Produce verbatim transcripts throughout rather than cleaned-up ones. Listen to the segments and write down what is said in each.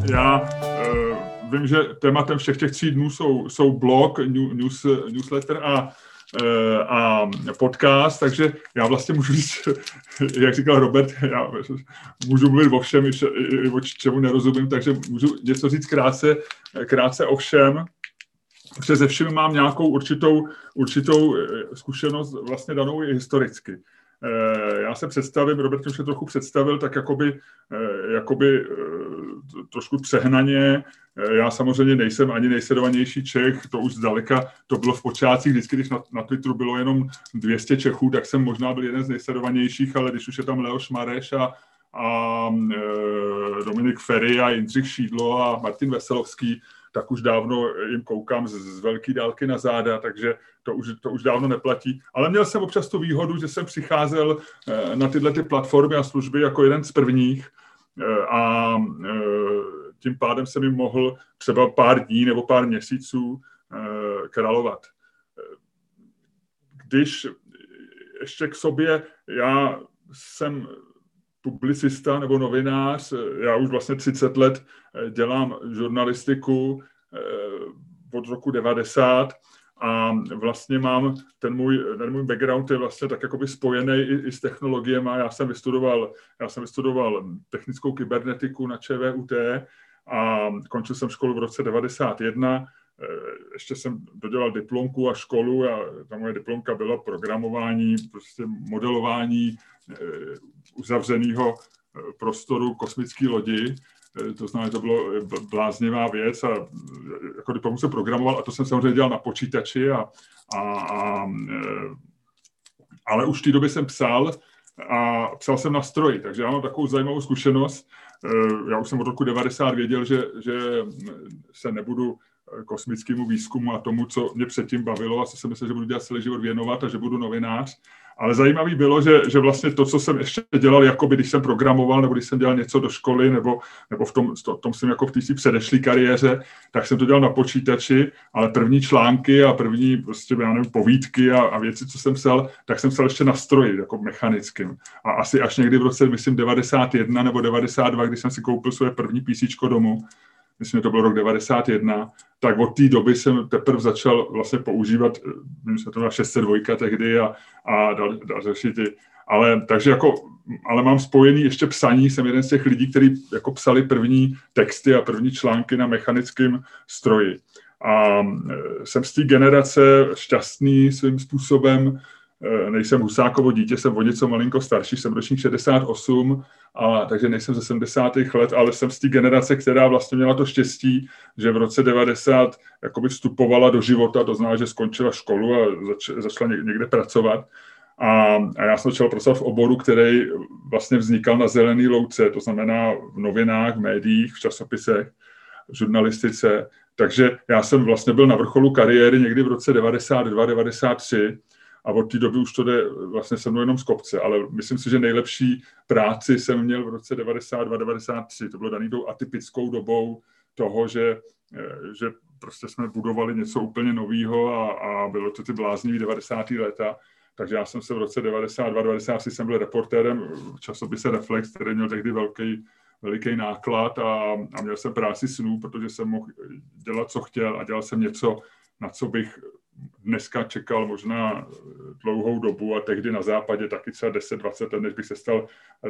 Já uh, vím, že tématem všech těch tří dnů jsou, jsou blog, news, newsletter a, uh, a podcast, takže já vlastně můžu říct, jak říkal Robert, já můžu mluvit o všem, i, i o čemu nerozumím, takže můžu něco říct krátce, krátce o všem. Protože ze všem mám nějakou určitou, určitou zkušenost vlastně danou i historicky. Já se představím, Robert už se trochu představil, tak jakoby, jakoby trošku přehnaně. Já samozřejmě nejsem ani nejsledovanější Čech, to už zdaleka, to bylo v počátcích, vždycky, když na, na Twitteru bylo jenom dvě stě Čechů, tak jsem možná byl jeden z nejsledovanějších, ale když už je tam Leoš Mareš a, a e, Dominik Feri a Jindřich Šídlo a Martin Veselovský, tak už dávno jim koukám z, z velké dálky na záda, takže to už, to už dávno neplatí. Ale měl jsem občas tu výhodu, že jsem přicházel na tyhle ty platformy a služby jako jeden z prvních a tím pádem jsem jim mohl třeba pár dní nebo pár měsíců královat. Když ještě k sobě, já jsem publicista nebo novinář, já už vlastně třicet let dělám žurnalistiku od roku devadesát a vlastně mám, ten můj, ten můj background je vlastně tak jakoby spojený i, i s technologiemi. Já jsem vystudoval, já jsem vystudoval technickou kybernetiku na ČVUT a končil jsem školu v roce devadesát jedna. Ještě jsem dodělal diplomku a školu a ta moje diplomka byla programování, prostě modelování uzavřeného prostoru kosmické lodi. To znamená, to bylo bláznivá věc a jako diplomu jsem programoval a to jsem samozřejmě dělal na počítači a, a, a ale už v té době jsem psal a psal jsem na stroji, takže já mám takovou zajímavou zkušenost. Já už jsem od roku devadesát věděl, že, že se nebudu kosmickému výzkumu a tomu, co mě předtím bavilo a co jsem myslel, že budu dělat celý život věnovat a že budu novinář. Ale zajímavý bylo, že, že vlastně to, co jsem ještě dělal, jakoby když jsem programoval, nebo když jsem dělal něco do školy, nebo, nebo v tom, to, tom jsem jako v té si předešlý kariéře, tak jsem to dělal na počítači, ale první články a první prostě, já nevím, povídky a, a věci, co jsem psal, tak jsem psal ještě na stroji, jako mechanickým. A asi až někdy v roce, myslím, devadesát jedna nebo devadesát dva, když jsem si koupil svoje první PCčko domů, myslím, že to byl rok devadesát jedna, tak od té doby jsem teprve začal vlastně používat, myslím, že to byla šest set dva tehdy a, a dal, dal řešit ty. Ale, takže jako, ale mám spojený ještě psaní, jsem jeden z těch lidí, kteří jako psali první texty a první články na mechanickém stroji. A jsem z té generace šťastný svým způsobem, nejsem Husákovo dítě, jsem o něco malinko starší, jsem ročník šedesát osm, a, takže nejsem ze sedmdesátých let, ale jsem z té generace, která vlastně měla to štěstí, že v roce devadesát jakoby vstupovala do života, to znamená, že skončila školu a zač, začala někde pracovat. A, a já jsem začal pracovat v oboru, který vlastně vznikal na zelené louce, to znamená v novinách, v médiích, v časopisech, v žurnalistice. Takže já jsem vlastně byl na vrcholu kariéry někdy v roce devadesát dva devadesát tři, a od té doby už to jde vlastně se mnou jenom z kopce, ale myslím si, že nejlepší práci jsem měl v roce devadesát dva devadesát tři. To bylo daný tou atypickou dobou toho, že, že prostě jsme budovali něco úplně nového a, a bylo to ty bláznivý devadesátá léta. Takže já jsem se v roce devadesát dva devadesát tři jsem byl reportérem v časopise Reflex, který měl tehdy velký, veliký náklad a, a měl jsem práci snů, protože jsem mohl dělat, co chtěl a dělal jsem něco, na co bych dneska čekal možná dlouhou dobu a tehdy na západě taky třeba deset dvacet let, než bych se stal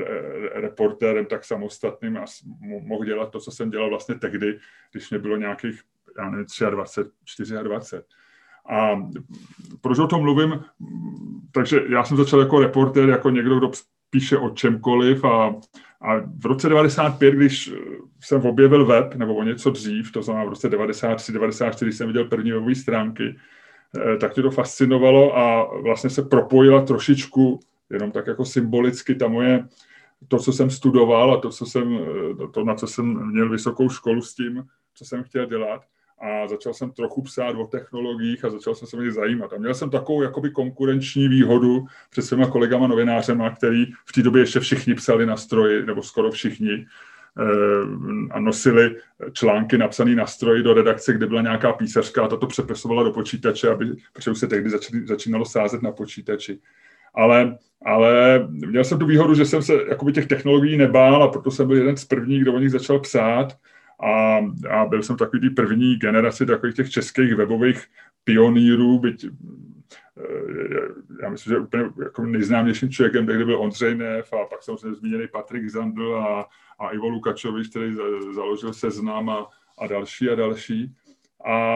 reportérem tak samostatným a mohl dělat to, co jsem dělal vlastně tehdy, když mě bylo nějakých, já nevím, dvacet tři, dvacet čtyři. A proč o tom mluvím? Takže já jsem začal jako reportér, jako někdo, kdo píše o čemkoliv a, a v roce devadesát pět, když jsem objevil web, nebo o něco dřív, to znamená v roce devadesát tři devadesát čtyři, když jsem viděl první webové stránky, tak mě to fascinovalo a vlastně se propojila trošičku, jenom tak jako symbolicky, ta moje, to, co jsem studoval a to, co jsem, to, na co jsem měl vysokou školu s tím, co jsem chtěl dělat. A začal jsem trochu psát o technologiích a začal jsem se mě zajímat. A měl jsem takovou jakoby konkurenční výhodu před svýma kolegama novinářema, který v té době ještě všichni psali na stroji, nebo skoro všichni, a nosili články napsané na stroji do redakce, kde byla nějaká písařka a tato přepisovala do počítače, aby, protože už se tehdy začali, začínalo sázet na počítači. Ale, ale měl jsem tu výhodu, že jsem se jakoby těch technologií nebál a proto jsem byl jeden z prvních, kdo o nich začal psát A, a byl jsem takový tý první generaci takových těch českých webových pionýrů, byť já myslím, že úplně jako nejznámějším člověkem tehdy byl Ondřej Neff a pak samozřejmě zmíněný Patrik Zandl a, a Ivo Lukačovič, který založil Seznam a, a další a další. A,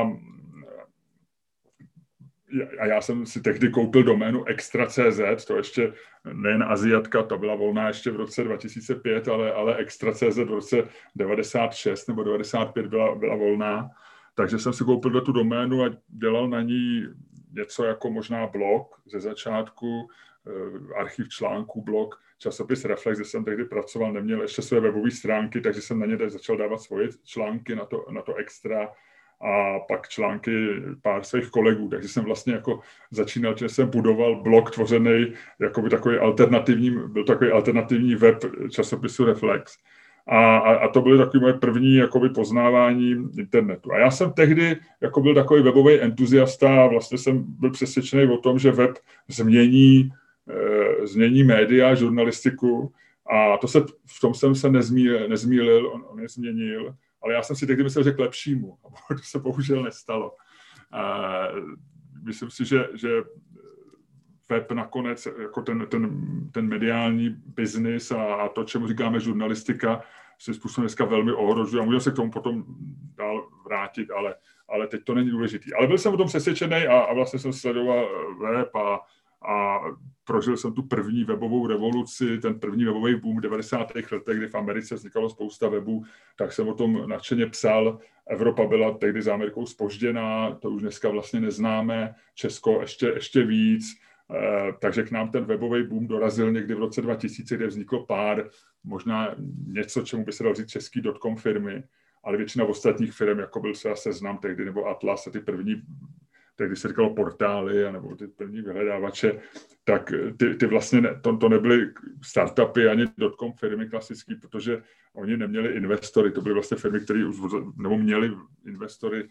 a já jsem si tehdy koupil doménu Extra tečka cé zet, to ještě nejen Aziatka, ta byla volná ještě v roce dva tisíce pět, ale, ale Extra tečka cé zet v roce devadesát šest nebo devadesát pět byla, byla volná. Takže jsem si koupil do tu doménu a dělal na ní něco jako možná blog ze začátku, archiv článků, blog, časopis Reflex, kde jsem tehdy pracoval, neměl ještě své webové stránky, takže jsem na ně začal dávat svoje články na to, na to Extra a pak články pár svých kolegů, takže jsem vlastně jako začínal, že jsem budoval blog tvořený jakoby takový alternativní, byl takový alternativní web časopisu Reflex. A, a to byly takové moje první jakoby, poznávání internetu. A já jsem tehdy jako byl takový webový entuziasta a vlastně jsem byl přesvědčený o tom, že web změní, e, změní média, žurnalistiku. A to se, v tom jsem se nezmílil, nezmílil on, on je změnil, ale já jsem si tehdy myslel, že k lepšímu. A to se bohužel nestalo. A myslím si, že, že web nakonec, jako ten, ten, ten mediální biznis a, a to, čemu říkáme žurnalistika, se způsobem dneska velmi ohrožuje. A můžeme se k tomu potom dál vrátit, ale, ale teď to není důležitý. Ale byl jsem o tom přesvědčený a, a vlastně jsem sledoval web a, a prožil jsem tu první webovou revoluci, ten první webový boom v devadesátých letech, kdy v Americe vznikalo spousta webů, tak jsem o tom nadšeně psal. Evropa byla tehdy za Amerikou zpožděná, to už dneska vlastně neznáme, Česko ještě, ještě víc. Takže k nám ten webový boom dorazil někdy v roce dva tisíce, kde vzniklo pár, možná něco, čemu by se dalo říct český dotcom firmy, ale většina ostatních firm, jako byl se Seznam tehdy, nebo Atlas a ty první, tehdy se říkalo portály, nebo ty první vyhledávače, tak ty, ty vlastně, ne, to, to nebyly startupy ani dotcom firmy klasické, protože oni neměli investory, to byly vlastně firmy, které už, nebo měli investory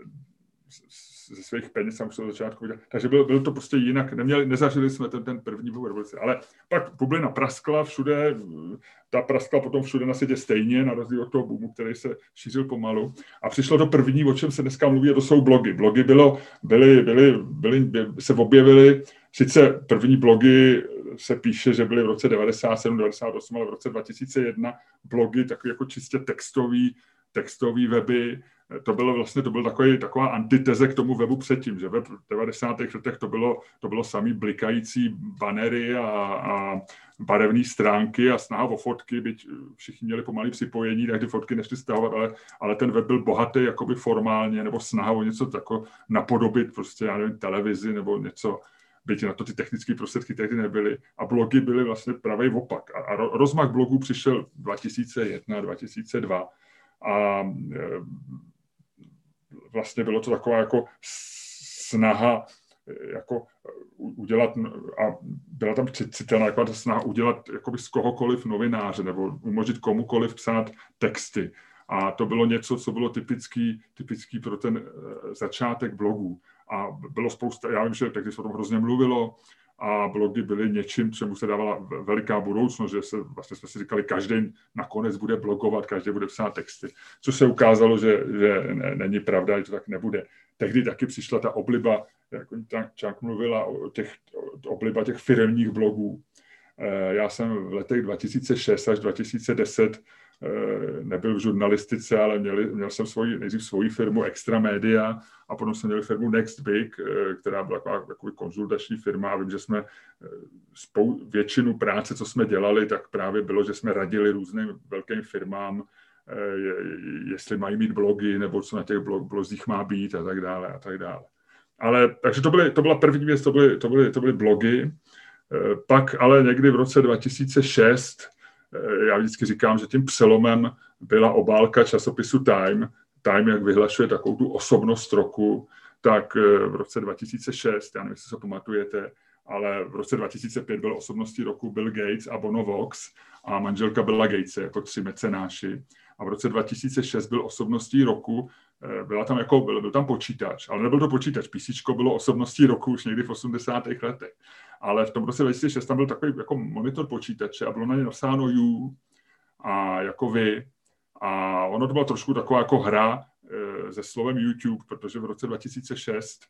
ze svých peněz, jsem se od začátku viděl. Takže bylo, bylo to prostě jinak, neměli, nezažili jsme ten, ten první revoluci. Ale pak bublina praskla všude, ta praskla potom všude na světě stejně, na rozdíl od toho boomu, který se šířil pomalu. A přišlo to první, o čem se dneska mluví, a to jsou blogy. Blogy bylo, byly, byly, byly, byly, se objevily, sice první blogy se píše, že byly v roce devadesát sedm devadesát osm, ale v roce dva tisíce jedna blogy, takový jako čistě textový, textový weby. To bylo vlastně, to byl takový, taková antiteze k tomu webu předtím, že web v devadesátých letech to bylo, to bylo samý blikající banery a, a barevné stránky a snaha o fotky, byť všichni měli pomalý připojení, tak ty fotky nešly stahovat, ale, ale ten web byl bohatý jakoby formálně, nebo snaha o něco tako napodobit, prostě, já nevím, televizi nebo něco, byť na to ty technické prostředky tehdy nebyly. A blogy byly vlastně pravý opak. A, a rozmach blogů přišel dva tisíce jedna dva tisíce dva a e, vlastně bylo to taková jako snaha jako udělat, a byla tam citelná jako ta snaha udělat jakoby z kohokoliv novináře nebo umožnit komukoliv psát texty. A to bylo něco, co bylo typický, typický pro ten začátek blogů. A bylo spousta, já vím, že tehdy se o tom hrozně mluvilo, a blogy byly něčím, čemu se dávala veliká budoucnost, že se, vlastně jsme si říkali, každý nakonec bude blogovat, každý bude psát texty. Co se ukázalo, že, že ne, není pravda, že to tak nebude. Tehdy taky přišla ta obliba, jak Čák mluvila, o těch, o obliba těch firemních blogů. Já jsem v letech dva tisíce šest až dva tisíce deset nebyl v žurnalistice, ale měli, měl jsem svoji, nejdřív svoji firmu Extra Media a potom jsem měl firmu Next Big, která byla taková, taková konzultační firma a vím, že jsme spou, většinu práce, co jsme dělali, tak právě bylo, že jsme radili různým velkým firmám, jestli mají mít blogy nebo co na těch blog, blozích má být a tak dále a tak dále. Ale, takže to, byly, to byla první věc, to byly, to, byly, to byly blogy. Pak ale někdy v roce dva tisíce šest já vždycky říkám, že tím přelomem byla obálka časopisu Time. Time, jak vyhlašuje takovou tu osobnost roku, tak v roce dva tisíce šest, já nevím, jestli se pamatujete, ale v roce dva tisíce pět byl osobností roku Bill Gates a Bono Vox a manželka Billa Gatese jako tři mecenáši. A v roce dva tisíce šest byl osobností roku, byla tam jako, byl, byl tam počítač, ale nebyl to počítač, písíčko bylo osobností roku už někdy v osmdesátých letech. Ale v tom roce dva tisíce šest tam byl takový jako monitor počítače a bylo na ně napsáno you a jako vy. A ono to byla trošku taková jako hra se slovem YouTube, protože v roce dva tisíce šest,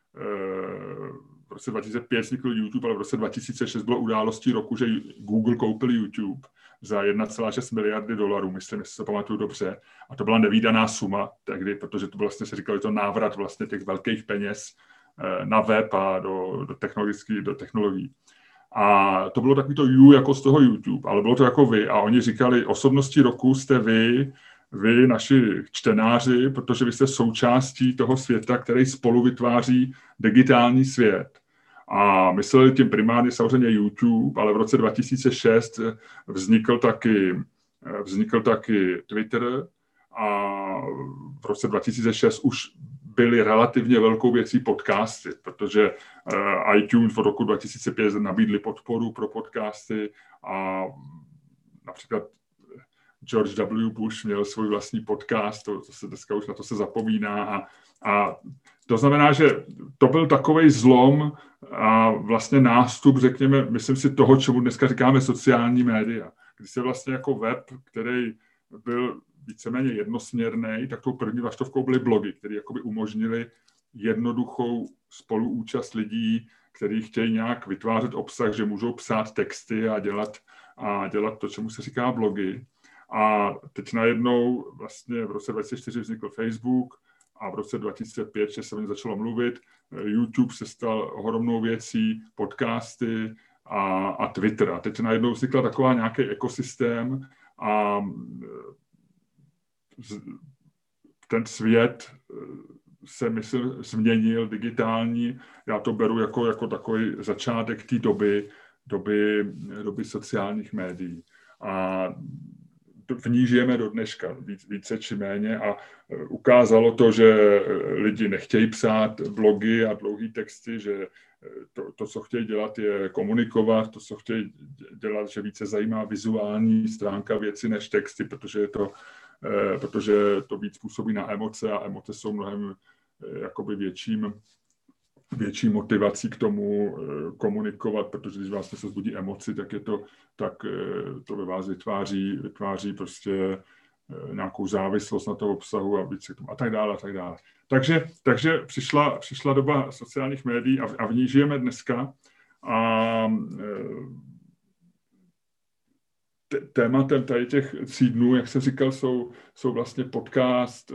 v roce dva tisíce pět vznikl YouTube, ale v roce dva tisíce šest bylo událostí roku, že Google koupil YouTube za jedna celá šest miliardy dolarů, myslím, jestli se pamatuju dobře. A to byla nevídaná suma tehdy, protože to vlastně se říkalo, že to návrat vlastně těch velkých peněz na web a do, do, technologických, do technologií. A to bylo takový to you jako z toho YouTube, ale bylo to jako vy. A oni říkali, osobnosti roku jste vy, vy, naši čtenáři, protože vy jste součástí toho světa, který spolu vytváří digitální svět. A mysleli tím primárně samozřejmě YouTube, ale v roce dva tisíce šest vznikl taky, vznikl taky Twitter a v roce dva tisíce šest už byly relativně velkou věcí podcasty, protože uh, iTunes v roku dva tisíce pět nabídli podporu pro podcasty a například George W. Bush měl svůj vlastní podcast, to, to se dneska už na to se zapomíná a, a to znamená, že to byl takovej zlom a vlastně nástup, řekněme, myslím si toho, čemu dneska říkáme sociální média, kdy se vlastně jako web, který byl víceméně jednosměrný, tak tou první vlaštovkou byly blogy, které jakoby umožnily jednoduchou spoluúčast lidí, kteří chtějí nějak vytvářet obsah, že můžou psát texty a dělat, a dělat to, čemu se říká blogy. A teď najednou vlastně v roce dva tisíce čtyři vznikl Facebook a v roce dva tisíce pět se o něm začalo mluvit. YouTube se stal ohromnou věcí, podcasty a, a Twitter. A teď najednou vznikla taková nějaký ekosystém a ten svět se, myslím, změnil digitální. Já to beru jako, jako takový začátek té doby, doby, doby sociálních médií. A v ní žijeme do dneška, více či méně, a ukázalo to, že lidi nechtějí psát blogy a dlouhý texty, že to, to, co chtějí dělat, je komunikovat, to, co chtějí dělat, že více zajímá vizuální stránka věci než texty, protože je to protože to víc působí na emoce a emoce jsou mnohem jakoby větším, větší motivací k tomu komunikovat, protože když vás se zbudí emoci, tak je to, tak to ve vás vytváří, vytváří prostě nějakou závislost na toho obsahu a víc k tomu a tak dále a tak dále. Takže, takže přišla, přišla doba sociálních médií a v, a v ní žijeme dneska a tématem tady těch tří dnů, jak jsem říkal, jsou, jsou vlastně podcast,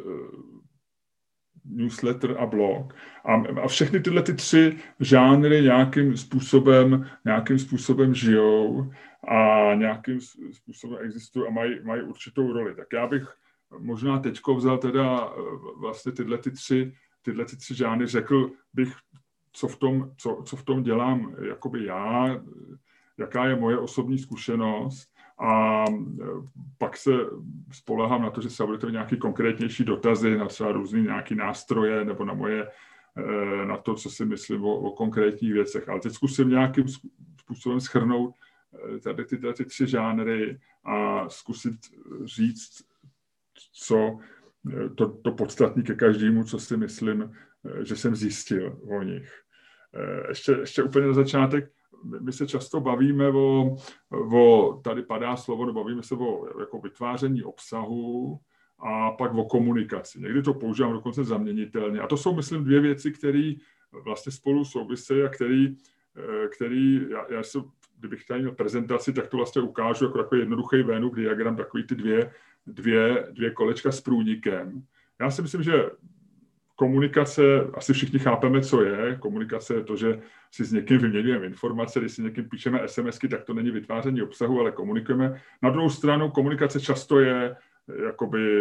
newsletter a blog. A, a všechny tyhle ty tři žánry nějakým způsobem, nějakým způsobem žijou a nějakým způsobem existují a mají, mají určitou roli. Tak já bych možná teďko vzal teda vlastně tyhle ty tři, tyhle ty tři žánry, řekl bych, co v tom, co, co v tom dělám jakoby já, jaká je moje osobní zkušenost. A pak se spolehám na to, že se budete nějaké konkrétnější dotazy na třeba různý nějaký nástroje nebo na moje, na to, co si myslím o, o konkrétních věcech. Ale teď zkusím nějakým způsobem shrnout tady tyhle ty tři žánry a zkusit říct, co to, to podstatné ke každému, co si myslím, že jsem zjistil o nich. Ještě, ještě úplně na začátek. My se často bavíme o, o, tady padá slovo, nebo bavíme se o jako vytváření obsahu a pak o komunikaci. Někdy to používám dokonce zaměnitelně. A to jsou, myslím, dvě věci, které vlastně spolu souvisejí a který, který já, já jsem, kdybych tady měl prezentaci, tak to vlastně ukážu jako takový jednoduchý Venn diagram, takový ty dvě, dvě, dvě kolečka s průnikem. Já si myslím, že komunikace, asi všichni chápeme, co je. Komunikace je to, že si s někým vyměňujeme informace, když si někým píšeme SMSky, tak to není vytváření obsahu, ale komunikujeme. Na druhou stranu komunikace často je jakoby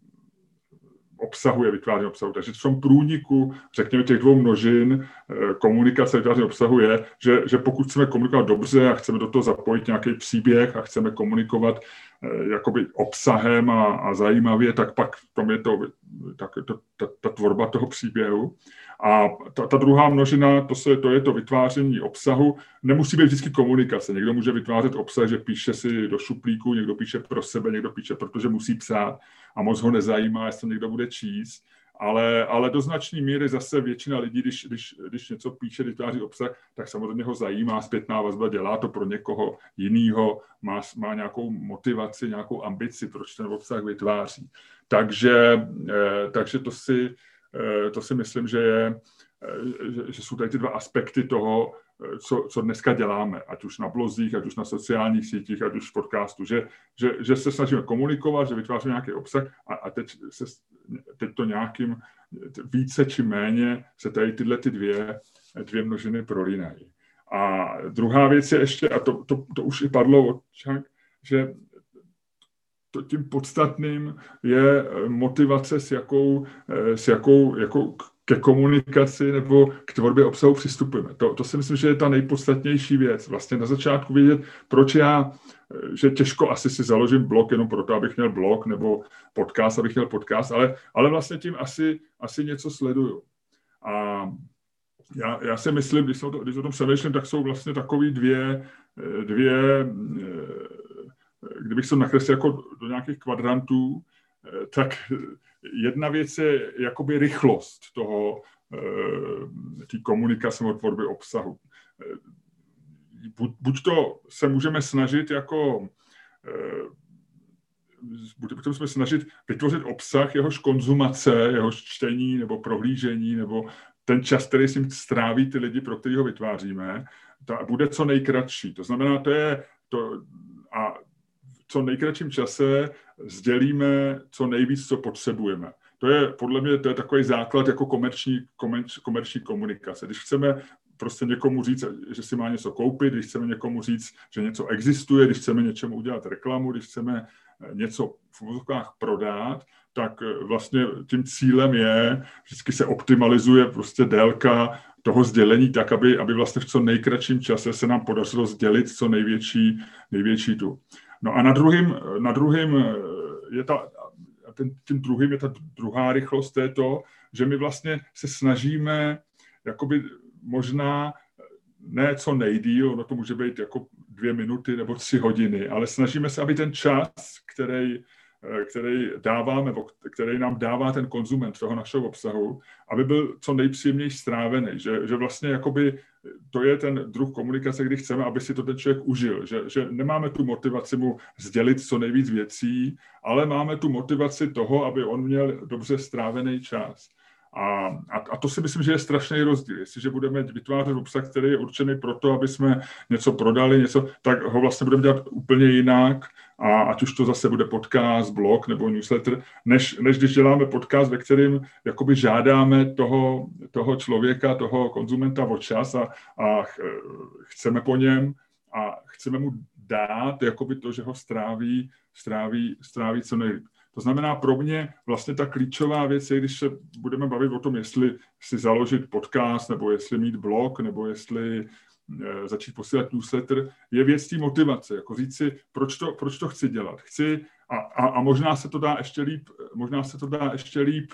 obsahuje vytváření obsahu. Takže v tom průniku, řekněme, těch dvou množin komunikace a vytváření obsahu je, že, že pokud chceme komunikovat dobře a chceme do toho zapojit nějaký příběh a chceme komunikovat jakoby obsahem a, a zajímavě, tak pak v tom je to, tak to ta, ta tvorba toho příběhu. A ta, ta druhá množina, to, se, to je to vytváření obsahu. Nemusí být vždycky komunikace. Někdo může vytvářet obsah, že píše si do šuplíku, někdo píše pro sebe, někdo píše, protože musí psát a moc ho nezajímá, jestli to někdo bude číst. Ale, ale do značné míry zase většina lidí, když, když, když něco píše, vytváří obsah, tak samozřejmě ho zajímá, zpětná vazba, dělá to pro někoho jiného, má, má nějakou motivaci, nějakou ambici, proč ten obsah vytváří. Takže, takže to, si, to si myslím, že, je, že, že jsou tady ty dva aspekty toho, co, co dneska děláme, ať už na blozích, ať už na sociálních sítích, ať už v podcastu, že, že, že se snažíme komunikovat, že vytváříme nějaký obsah a, a teď, se, teď to nějakým více či méně se tady tyhle ty dvě, dvě množiny prolínají. A druhá věc je ještě, a to, to, to už i padlo od Čang, že to tím podstatným je motivace, s jakou, s jakou, jakou ke komunikaci nebo k tvorbě obsahu přistupujeme. To, to si myslím, že je ta nejpodstatnější věc. Vlastně na začátku vědět, proč já, že těžko asi si založím blog jenom proto, abych měl blog, nebo podcast, abych měl podcast, ale, ale vlastně tím asi, asi něco sleduju. A já, já si myslím, když, to, když o tom přemýšlím, tak jsou vlastně takový dvě, dvě kdybych to nakreslil jako do nějakých kvadrantů, tak jedna věc je jakoby rychlost toho, té komunikace o tvorbě obsahu. Buď, buď to se můžeme snažit jako, buď to se snažit vytvořit obsah, jehož konzumace, jehož čtení nebo prohlížení, nebo ten čas, který si stráví ty lidi, pro který ho vytváříme, ta bude co nejkratší. To znamená, to je to, a co nejkratším čase sdělíme co nejvíc, co potřebujeme. To je podle mě to je takový základ jako komerční, komerční, komerční komunikace. Když chceme prostě někomu říct, že si má něco koupit, když chceme někomu říct, že něco existuje, když chceme něčemu udělat reklamu, když chceme něco v uvozovkách prodat, tak vlastně tím cílem je, vždycky se optimalizuje prostě délka toho sdělení tak, aby, aby vlastně v co nejkratším čase se nám podařilo sdělit co největší, největší tu. No a na druhým, na druhým je ta, ten, tím druhým je ta druhá rychlost, to je to, že my vlastně se snažíme jakoby možná ne co nejdýl, ono to může být jako dvě minuty nebo tři hodiny, ale snažíme se, aby ten čas, který, který dáváme, nebo který nám dává ten konzument toho našeho obsahu, aby byl co nejpříjemněji strávený, že, že vlastně jakoby to je ten druh komunikace, kdy chceme, aby si to ten člověk užil, že, že nemáme tu motivaci mu sdělit co nejvíc věcí, ale máme tu motivaci toho, aby on měl dobře strávený čas. A, a, a to si myslím, že je strašný rozdíl. Jestliže budeme vytvářet obsah, který je určený pro to, aby jsme něco prodali, něco, tak ho vlastně budeme dělat úplně jinak, a ať už to zase bude podcast, blog nebo newsletter, než, než když děláme podcast, ve kterém jakoby žádáme toho, toho člověka, toho konzumenta o čas a, a chceme po něm a chceme mu dát jakoby to, že ho stráví, stráví, stráví co nejlíp. To znamená pro mě vlastně ta klíčová věc je, když se budeme bavit o tom, jestli si založit podcast, nebo jestli mít blog, nebo jestli e, začít posílat newsletter, je věc té motivace. Jako říct si, proč to, proč to chci dělat. Chci, a, a, a možná se to dá ještě líp, možná se to dá ještě líp,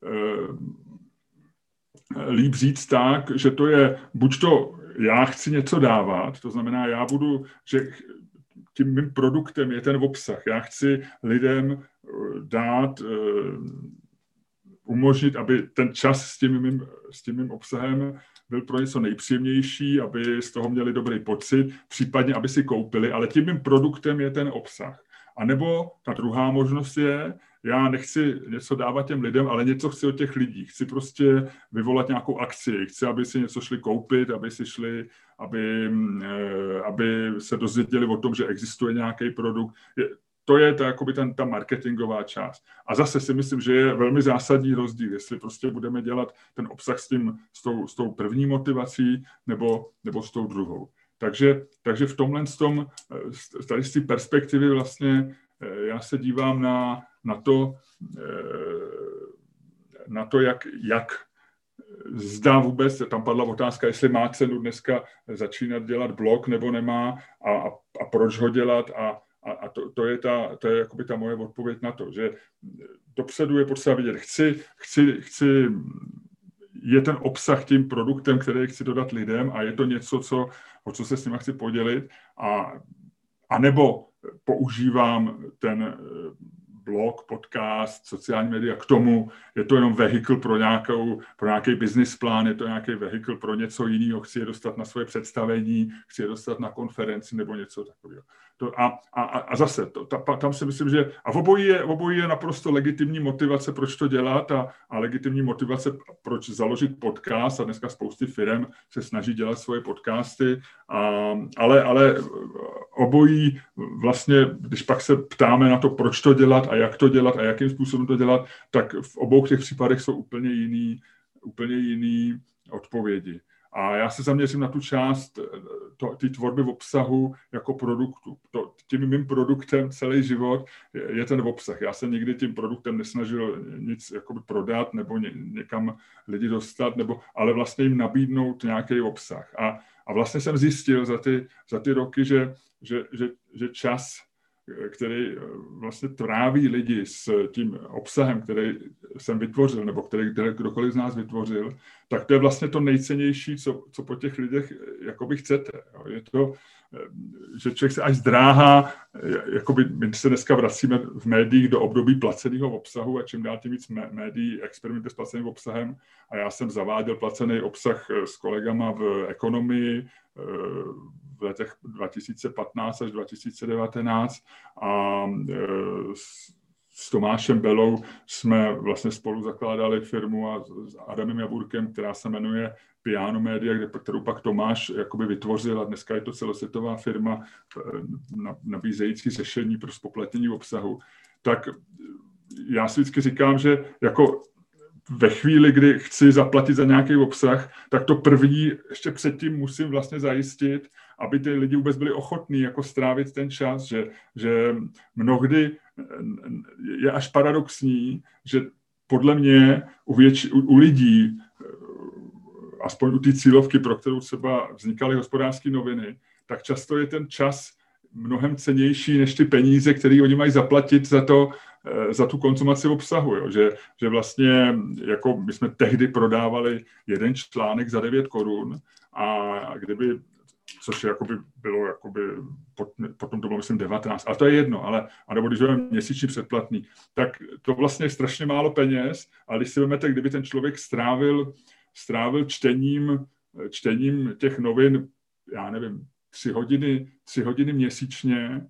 e, líp říct tak, že to je, buď to já chci něco dávat, to znamená, já budu, že tím mým produktem je ten obsah. Já chci lidem dát, umožnit, aby ten čas s tím mým, s tím mým obsahem byl pro něco nejpříjemnější, aby z toho měli dobrý pocit, případně, aby si koupili, ale tím mým produktem je ten obsah. A nebo ta druhá možnost je, já nechci něco dávat těm lidem, ale něco chci od těch lidí. Chci prostě vyvolat nějakou akci. Chci, aby si něco šli koupit, aby si šli, aby, aby se dozvěděli o tom, že existuje nějaký produkt. To je ta, jakoby ten, ta marketingová část. A zase si myslím, že je velmi zásadní rozdíl, jestli prostě budeme dělat ten obsah s, tím, s, tou, s tou první motivací nebo, nebo s tou druhou. Takže, takže v tomhle z tom, tady z té perspektivy vlastně já se dívám na, na to, na to, jak, jak zdá vůbec, tam padla otázka, jestli má cenu dneska začínat dělat blog nebo nemá a, a, a proč ho dělat a, a, a to, to je, ta, to je jakoby ta moje odpověď na to, že dopředu je potřeba vidět, chci, chci, chci, je ten obsah tím produktem, který chci dodat lidem a je to něco, co, o co se s nimi chci podělit a, a nebo používám ten blog, podcast, sociální média, k tomu je to jenom vehikl pro, nějakou, pro nějaký business plán, je to nějaký vehikl pro něco jiného, chci je dostat na svoje představení, chci je dostat na konferenci nebo něco takového. To a, a, a zase, to, ta, tam si myslím, že a v obojí je, v obojí je naprosto legitimní motivace, proč to dělat a, a legitimní motivace, proč založit podcast a dneska spousty firem se snaží dělat svoje podcasty, a, ale, ale obojí vlastně, když pak se ptáme na to, proč to dělat a jak to dělat a jakým způsobem to dělat, tak v obou těch případech jsou úplně jiný, úplně jiný odpovědi. A já se zaměřím na tu část té tvorby v obsahu jako produktu. To, tím mým produktem celý život je, je ten obsah. Já se nikdy tím produktem nesnažil nic jakoby prodat nebo ně, někam lidi dostat, nebo, ale vlastně jim nabídnout nějaký obsah. A, a vlastně jsem zjistil za ty, za ty roky, že, že, že, že čas, který vlastně tráví lidi s tím obsahem, který jsem vytvořil, nebo který kdokoliv z nás vytvořil, tak to je vlastně to nejcennější, co, co po těch lidech jakoby chcete. Je to, že člověk se až zdráhá, jakoby my se dneska vracíme v médiích do období placeného obsahu a čím dál tím víc médií experimentuje s placeným obsahem a já jsem zaváděl placený obsah s kolegama v ekonomii v letech dva tisíce patnáct až dva tisíce devatenáct a s, s Tomášem Belou jsme vlastně spolu zakládali firmu a s Adamem Jaburkem, která se jmenuje Piano Media, kde, kterou pak Tomáš jakoby vytvořil a dneska je to celosvětová firma nabízející řešení pro zpoplatnění obsahu. Tak já si vždycky říkám, že jako ve chvíli, kdy chci zaplatit za nějaký obsah, tak to první ještě předtím musím vlastně zajistit, aby ty lidi vůbec byli ochotní jako strávit ten čas, že, že mnohdy je až paradoxní, že podle mě u, větši, u, u lidí, aspoň u té cílovky, pro kterou třeba vznikaly Hospodářské noviny, tak často je ten čas mnohem cennější než ty peníze, které oni mají zaplatit za to, za tu konzumaci obsahu, jo. Že, že vlastně jako my jsme tehdy prodávali jeden článek za devět korun a kdyby, což jakoby bylo jakoby, potom to bylo myslím devatenáct, ale to je jedno, ale anebo když je měsíční předplatný, tak to vlastně je strašně málo peněz, ale když si vezmete, kdyby ten člověk strávil, strávil čtením, čtením těch novin, já nevím, tři hodiny, tři hodiny měsíčně,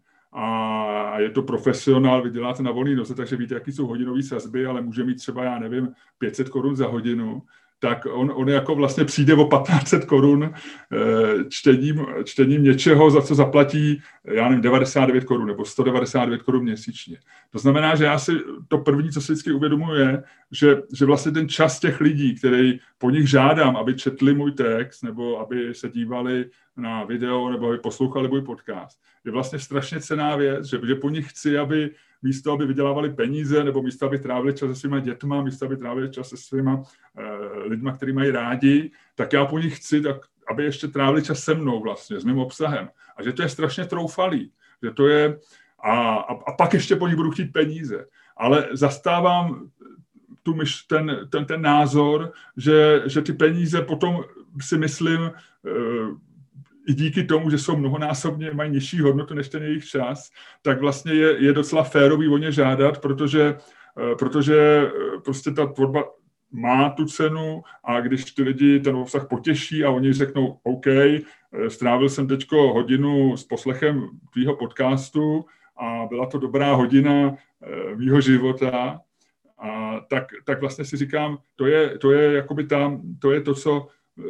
a je to profesionál, vy děláte na volný noze, takže víte, jaký jsou hodinové sazby, ale může mít třeba, já nevím, pět set korun za hodinu, tak on, on jako vlastně přijde o patnáct set korun čtením, čtením něčeho, za co zaplatí, já nevím, devadesát devět korun nebo sto devadesát devět korun měsíčně. To znamená, že já si to první, co si vždycky uvědomuji, je, že, že vlastně ten čas těch lidí, který po nich žádám, aby četli můj text nebo aby se dívali na video nebo aby poslouchali můj podcast, je vlastně strašně cenná věc, že, že po nich chci, aby místo, aby vydělávali peníze, nebo místo, aby trávili čas se svýma dětma, místo, aby trávili čas se svýma eh, lidma, který mají rádi, tak já po nich chci, tak, aby ještě trávili čas se mnou vlastně, s mým obsahem. A že to je strašně troufalý, že to je, a, a, a pak ještě po nich budu chtít peníze. Ale zastávám tu myš, ten, ten, ten názor, že, že ty peníze potom si myslím, eh, i díky tomu, že jsou mnohonásobně, mají nižší hodnotu než ten jejich čas, tak vlastně je, je docela férový o ně žádat, protože, protože prostě ta tvorba má tu cenu a když ty lidi ten obsah potěší a oni řeknou OK, strávil jsem teďko hodinu s poslechem tvýho podcastu a byla to dobrá hodina mýho života, a tak, tak vlastně si říkám, to je, to je jakoby tam, to je to, co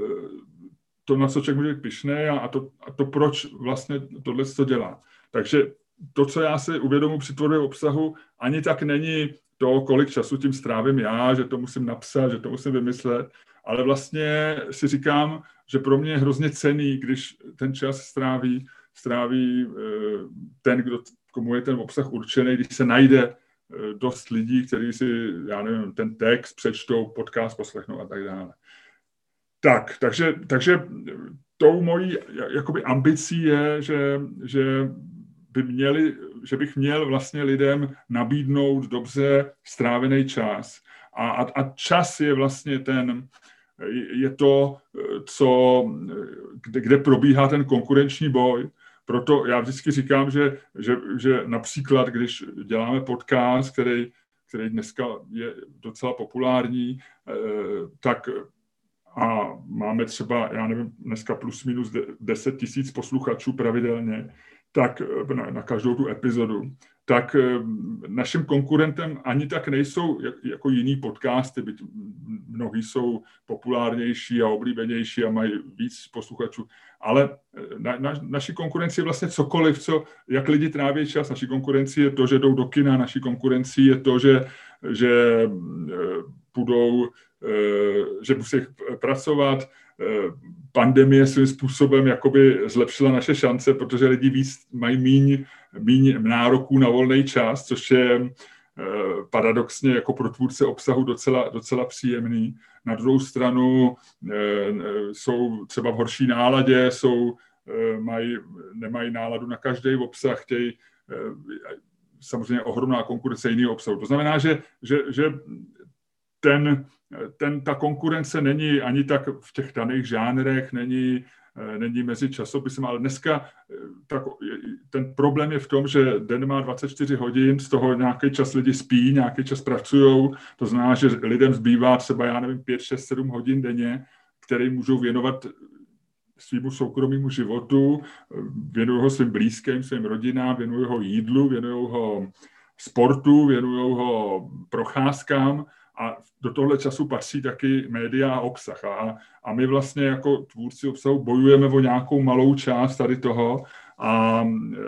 to, na co člověk může být pyšný a, a, to, a to, proč vlastně tohle to dělá. Takže to, co já si uvědomuji při tvorbě obsahu, ani tak není to, kolik času tím strávím já, že to musím napsat, že to musím vymyslet, ale vlastně si říkám, že pro mě je hrozně cenný, když ten čas stráví, stráví ten, kdo, komu je ten obsah určený, když se najde dost lidí, kteří si, já nevím, ten text přečtou, podcast poslechnou a tak dále. Tak, takže, takže tou mojí jakoby ambicí je, že, že, by měli, že bych měl vlastně lidem nabídnout dobře strávený čas. A, a, a čas je vlastně ten, je to, co, kde, kde probíhá ten konkurenční boj, proto já vždycky říkám, že, že, že například, když děláme podcast, který, který dneska je docela populární, tak a máme třeba, já nevím, dneska plus minus deset tisíc posluchačů pravidelně, tak na, na každou tu epizodu, tak naším konkurentem ani tak nejsou jako jiný podcasty, byť mnohý jsou populárnější a oblíbenější a mají víc posluchačů, ale na, na, naší konkurenci je vlastně cokoliv, co, jak lidi tráví čas. Naší konkurenci je to, že jdou do kina, naší konkurenci je to, že, že půjdou, že musí pracovat. Pandemie svým způsobem jakoby zlepšila naše šance, protože lidi víc mají míň, míň nároků na volný čas, což je paradoxně jako pro tvůrce obsahu docela, docela příjemný. Na druhou stranu jsou třeba v horší náladě, jsou, mají, nemají náladu na každý obsah, chtějí samozřejmě ohromná konkurence jiného obsahu. To znamená, že, že, že ten, ten, ta konkurence není ani tak v těch daných žánrech, není, není mezi časopisem, ale dneska tak, ten problém je v tom, že den má dvacet čtyři hodin, z toho nějaký čas lidi spí, nějaký čas pracujou, to znamená, že lidem zbývá třeba, já nevím, pět, šest, sedm hodin denně, které můžou věnovat svýmu soukromému životu, věnují ho svým blízkým, svým rodinám, věnují ho jídlu, věnují ho sportu, věnují ho procházkám a do tohle času patří taky média a obsah. A, a my vlastně jako tvůrci obsahu bojujeme o nějakou malou část tady toho a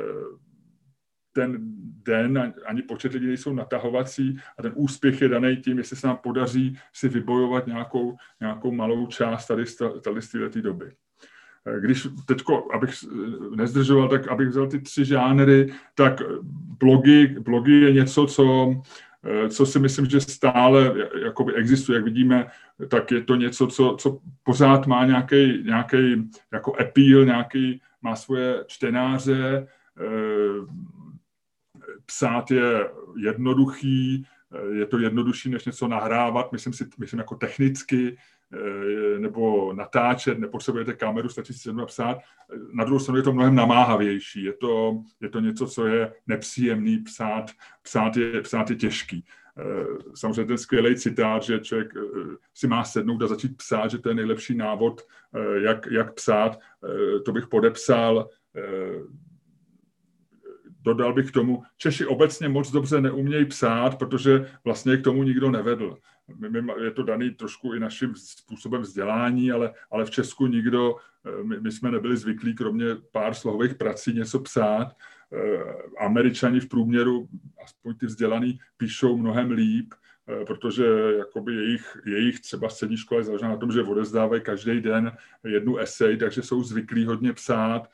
ten den ani počet lidí nejsou natahovací a ten úspěch je daný tím, jestli se nám podaří si vybojovat nějakou, nějakou malou část tady z této doby. Když teďko, abych nezdržoval, tak abych vzal ty tři žánry, tak blogy, blogy je něco, co, co si myslím, že stále jakoby existuje. Jak vidíme, tak je to něco, co, co pořád má nějaký, nějaký jako appeal, nějaký, má svoje čtenáře. Psát je jednoduchý, je to jednodušší, než něco nahrávat, myslím si, myslím jako technicky, nebo natáčet, nepotřebujete kameru, stačí si sedm napsat. Na druhou stranu je to mnohem namáhavější. Je to, je to něco, co je nepříjemný psát. Psát je, psát je těžký. Samozřejmě ten skvělý citát, že člověk si má sednout a začít psát, že to je nejlepší návod, jak, jak psát, to bych podepsal. Dodal bych k tomu, Češi obecně moc dobře neumějí psát, protože vlastně k tomu nikdo nevedl. Je to daný trošku i naším způsobem vzdělání, ale, ale v Česku nikdo, my, my jsme nebyli zvyklí, kromě pár slohových prací, něco psát. Američani v průměru, aspoň ty vzdělaný, píšou mnohem líp, protože jakoby jejich, jejich třeba střední škola je založena na tom, že odevzdávají každý den jednu esej, takže jsou zvyklí hodně psát.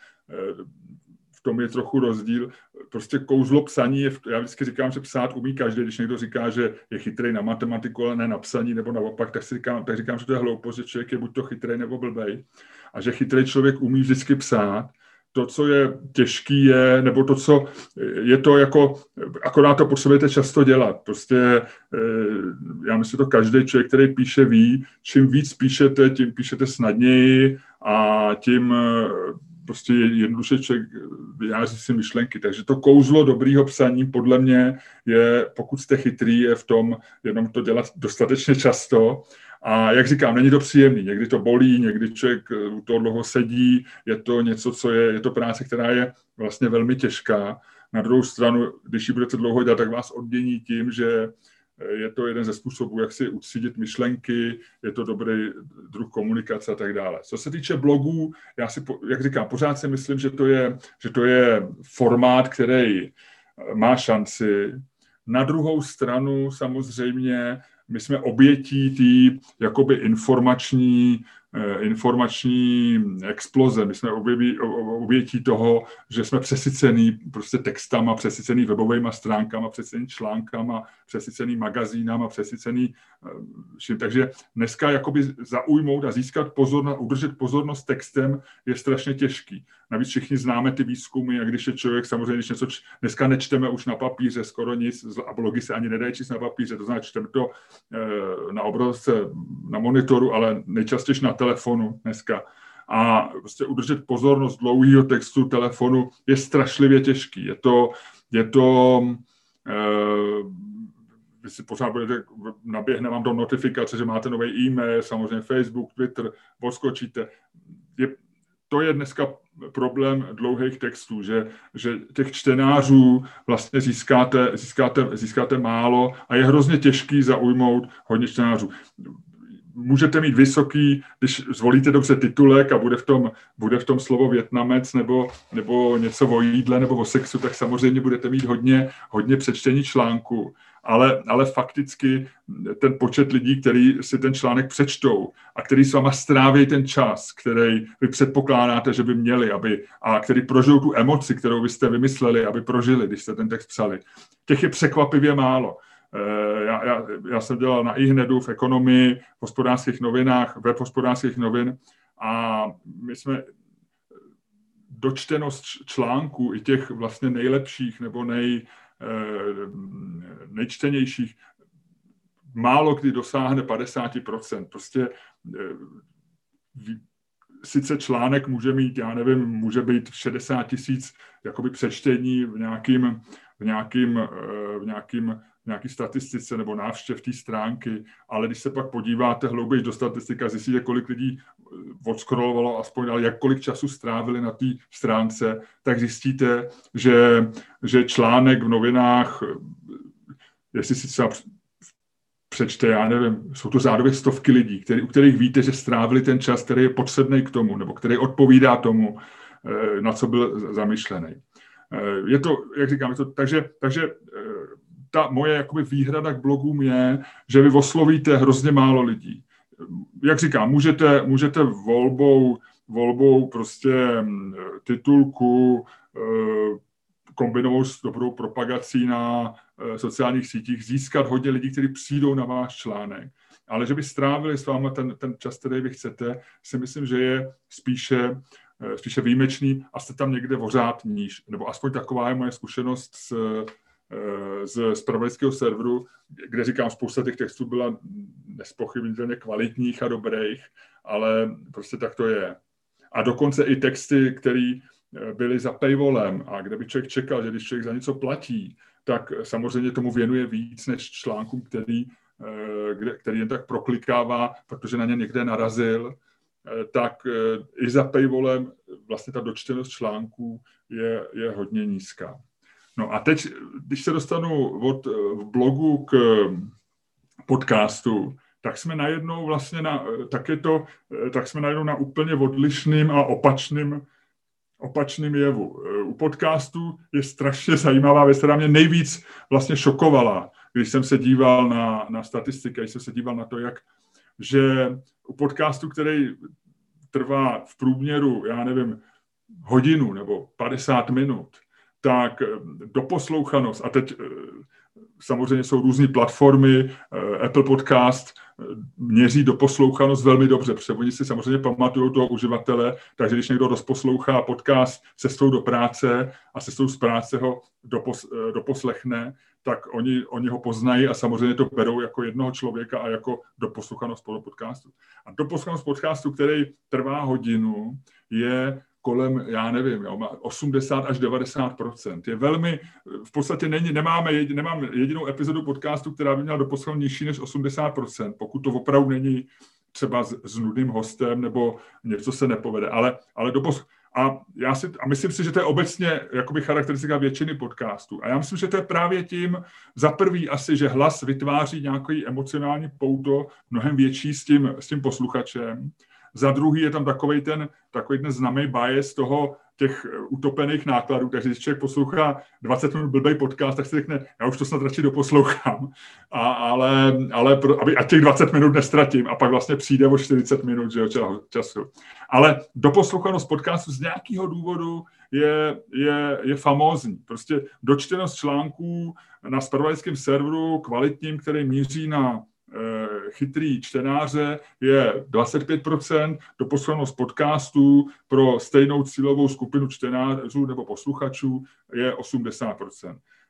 V tom je trochu rozdíl. Prostě kouzlo psaní je, já vždycky říkám, že psát umí každý, když někdo říká, že je chytrý na matematiku, ale ne na psaní, nebo naopak, tak si říkám, tak říkám, že to je hloupost, že člověk je buď to chytrý, nebo blbej. A že chytrý člověk umí vždycky psát. To, co je těžký, je, nebo to, co je to jako, akorát to potřebujete často dělat. Prostě já myslím, že to každý člověk, který píše, ví, čím víc píšete, tím píšete snadněji a tím prostě jednoduše člověk vyjádří si myšlenky. Takže to kouzlo dobrýho psaní podle mě je, pokud jste chytrý, je v tom jenom to dělat dostatečně často. A jak říkám, není to příjemný. Někdy to bolí, někdy člověk u toho dlouho sedí, je to něco, co je, je to práce, která je vlastně velmi těžká. Na druhou stranu, když ji budete dlouho dělat, tak vás odmění tím, že je to jeden ze způsobů, jak si ucítit myšlenky, je to dobrý druh komunikace a tak dále. Co se týče blogů, já si, jak říkám, pořád si myslím, že to je, že to je formát, který má šanci. Na druhou stranu samozřejmě my jsme obětí té jakoby informační, informační exploze. My jsme obětí, obětí toho, že jsme přesycený prostě textama, přesycený webovými stránkama, přesycený článkama, přesycený magazínama, přesycený vším. Takže dneska jakoby zaujmout a získat pozornost, udržet pozornost textem je strašně těžký. Navíc všichni známe ty výzkumy, a když je člověk samozřejmě, když něco č- dneska nečteme už na papíře skoro nic a blogy se ani nedají číst na papíře, to znamená, čteme to e, na obrazovce, na monitoru, ale nejčastěji na telefonu dneska. a prostě udržet pozornost dlouhého textu telefonu je strašlivě těžký. Je to, je to uh, vy si pořád budete, naběhne vám do notifikace, že máte nový e-mail, samozřejmě Facebook, Twitter, odskočíte. Je, to je dneska problém dlouhých textů, že, že těch čtenářů vlastně získáte, získáte, získáte málo a je hrozně těžký zaujmout hodně čtenářů. Můžete mít vysoký, když zvolíte dobře titulek a bude v tom, bude v tom slovo Vietnamec nebo, nebo něco o jídle nebo o sexu, tak samozřejmě budete mít hodně, hodně přečtení článku. Ale, ale fakticky ten počet lidí, kteří si ten článek přečtou a který s váma stráví ten čas, který vy předpokládáte, že by měli, aby, a který prožijou tu emoci, kterou vy jste vymysleli, aby prožili, když jste ten text psali, těch je překvapivě málo. Já, já, já jsem dělal na iHnedu v ekonomii, v hospodářských novinách, web hospodářských novin a my jsme dočtenost článků i těch vlastně nejlepších nebo nej, nejčtenějších málo kdy dosáhne padesát procent. Prostě sice článek může mít, já nevím, může být šedesát tisíc jakoby přečtení v nějakým, v nějakým, v nějakým nějaký statistice nebo návštěv té stránky, ale když se pak podíváte hlouběji do statistika, zjistíte, kolik lidí odscrollovalo aspoň, ale jak kolik času strávili na té stránce, tak zjistíte, že, že článek v novinách, jestli si třeba přečte, já nevím, jsou to řádově stovky lidí, který, u kterých víte, že strávili ten čas, který je potřebný k tomu, nebo který odpovídá tomu, na co byl zamýšlený. Je to, jak říkám, je to, takže, takže ta moje jakoby výhrada k blogům je, že vy oslovíte hrozně málo lidí. Jak říkám, můžete, můžete volbou, volbou prostě titulku kombinovat s dobrou propagací na sociálních sítích získat hodně lidí, kteří přijdou na váš článek. Ale že by strávili s váma ten, ten čas, který vy chcete, si myslím, že je spíše, spíše výjimečný a jste tam někde pořád níž. Nebo aspoň taková je moje zkušenost s z zpravodajského serveru, kde říkám, spousta těch textů byla nezpochybnitelně kvalitních a dobrých, ale prostě tak to je. A dokonce i texty, které byly za paywallem a kde by člověk čekal, že když člověk za něco platí, tak samozřejmě tomu věnuje víc než článkům, který, který jen tak proklikává, protože na ně někde narazil, tak i za paywallem vlastně ta dočtenost článků je, je hodně nízká. No a teď, když se dostanu od blogu k podcastu, tak jsme najednou vlastně na, tak je to, tak jsme najednou na úplně odlišným a opačným, opačným jevu. U podcastu je strašně zajímavá věc, která mě nejvíc vlastně šokovala, když jsem se díval na, na statistiky, když jsem se díval na to, jak, že u podcastu, který trvá v průměru, já nevím, hodinu nebo padesát minut, tak doposlouchanost, a teď samozřejmě jsou různé platformy, Apple Podcast měří doposlouchanost velmi dobře, protože oni si samozřejmě pamatují toho uživatele, takže když někdo rozposlouchá podcast cestou do práce a cestou z práce ho dopos, doposlechne, tak oni, oni ho poznají a samozřejmě to berou jako jednoho člověka a jako doposlouchanost podcastu. A doposlouchanost podcastu, který trvá hodinu, je kolem, já nevím, jo, osmdesát až devadesát procent. Je velmi, v podstatě není, nemáme, jedi, nemám jedinou epizodu podcastu, která by měla doposlouchat nižší než osmdesát procent, pokud to opravdu není třeba s, s nudným hostem nebo něco se nepovede. Ale, ale dopos, a, já si, a myslím si, že to je obecně jakoby charakteristika většiny podcastů. A já myslím, že to je právě tím, za prvý asi, že hlas vytváří nějaký emocionální pouto mnohem větší s tím, s tím posluchačem. Za druhý je tam takovej ten, takový ten známý bias toho těch utopených nákladů, takže když člověk poslouchá dvacet minut blbej podcast, tak si řekne, já už to snad radši doposlouchám, a, ale, ale pro, aby, a těch dvacet minut nestratím a pak vlastně přijde o čtyřicet minut, že, času. Ale doposlouchanost podcastu z nějakého důvodu je, je, je famózní. Prostě dočtenost článků na zpravodajském serveru kvalitním, který míří na chytrý čtenáře, je dvacet pět procent, doposlouchanost podcastů pro stejnou cílovou skupinu čtenářů nebo posluchačů je osmdesát procent.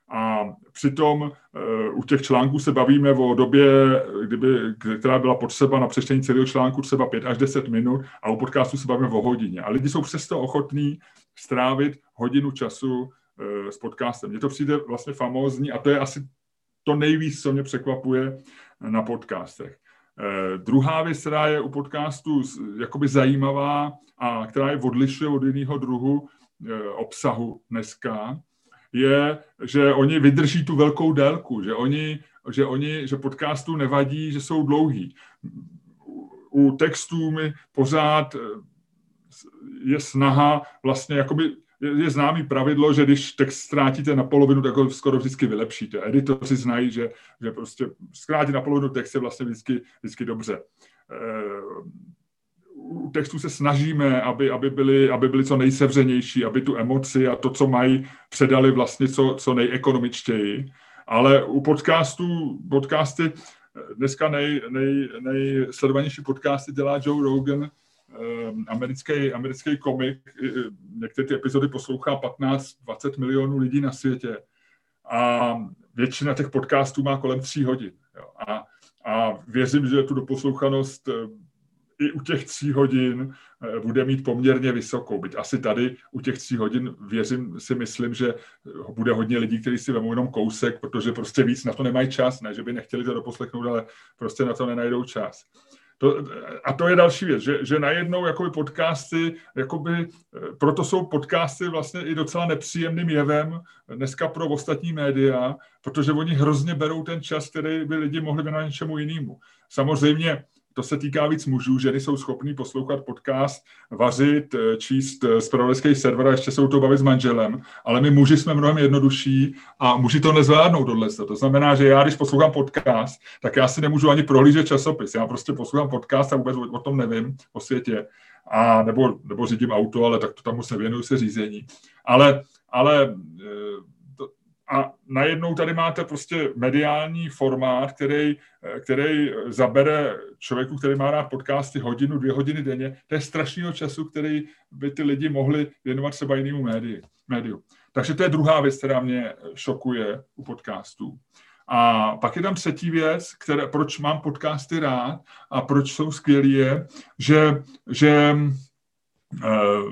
A přitom u těch článků se bavíme o době, kdyby, která byla potřeba na přečtení celého článku třeba pět až deset minut a u podcastu se bavíme o hodině. A lidi jsou přesto ochotní strávit hodinu času s podcastem. Mně to přijde vlastně famózní a to je asi to nejvíc, co mě překvapuje na podcastech. Eh, druhá věc, která je u podcastu jakoby zajímavá a která je odlišuje od jiného druhu eh, obsahu dneska, je, že oni vydrží tu velkou délku, že oni, že oni, že podcastů nevadí, že jsou dlouhý. U textů mi pořád je snaha vlastně jakoby je známý pravidlo, že když text ztrátíte na polovinu, tak ho skoro vždycky vylepšíte. Editoři znají, že, že prostě zkrátit na polovinu text je vlastně vždycky, vždycky dobře. U textů se snažíme, aby, aby, byli, aby byli co nejsevřenější, aby tu emoci a to, co mají, předali vlastně co, co nejekonomičtěji. Ale u podcastů, podcasty, dneska nej, nej, nejsledovanější podcasty dělá Joe Rogan, americký, americký komik, některé ty epizody poslouchá patnáct dvacet milionů lidí na světě a většina těch podcastů má kolem tří hodin. Jo. A, a věřím, že tu doposlouchanost i u těch tří hodin bude mít poměrně vysokou. Byť asi tady u těch tří hodin věřím, si myslím, že bude hodně lidí, kteří si vemou jenom kousek, protože prostě víc na to nemají čas, ne, že by nechtěli to doposlechnout, ale prostě na to nenajdou čas. To, a to je další věc, že, že najednou jakoby podcasty, jakoby, proto jsou podcasty vlastně i docela nepříjemným jevem dneska pro ostatní média, protože oni hrozně berou ten čas, který by lidi mohli věnovat něčemu jinému. Samozřejmě to se týká víc mužů, ženy jsou schopní poslouchat podcast, vařit, číst zpravodajský server a ještě se u toho bavit s manželem, ale my muži jsme mnohem jednodušší a muži to nezvládnou tohle. To znamená, že já, když poslouchám podcast, tak já si nemůžu ani prohlížet časopis. Já prostě poslouchám podcast a vůbec o tom nevím o světě. A nebo, nebo řídím auto, ale tak to tam se věnuju se řízení. Ale, ale a najednou tady máte prostě mediální formát, který, který zabere člověku, který má rád podcasty hodinu, dvě hodiny denně. To je strašného času, který by ty lidi mohli věnovat třeba jinému médiu. médiu. Takže to je druhá věc, která mě šokuje u podcastů. A pak je tam třetí věc, které, proč mám podcasty rád a proč jsou skvělý, je, že, že uh,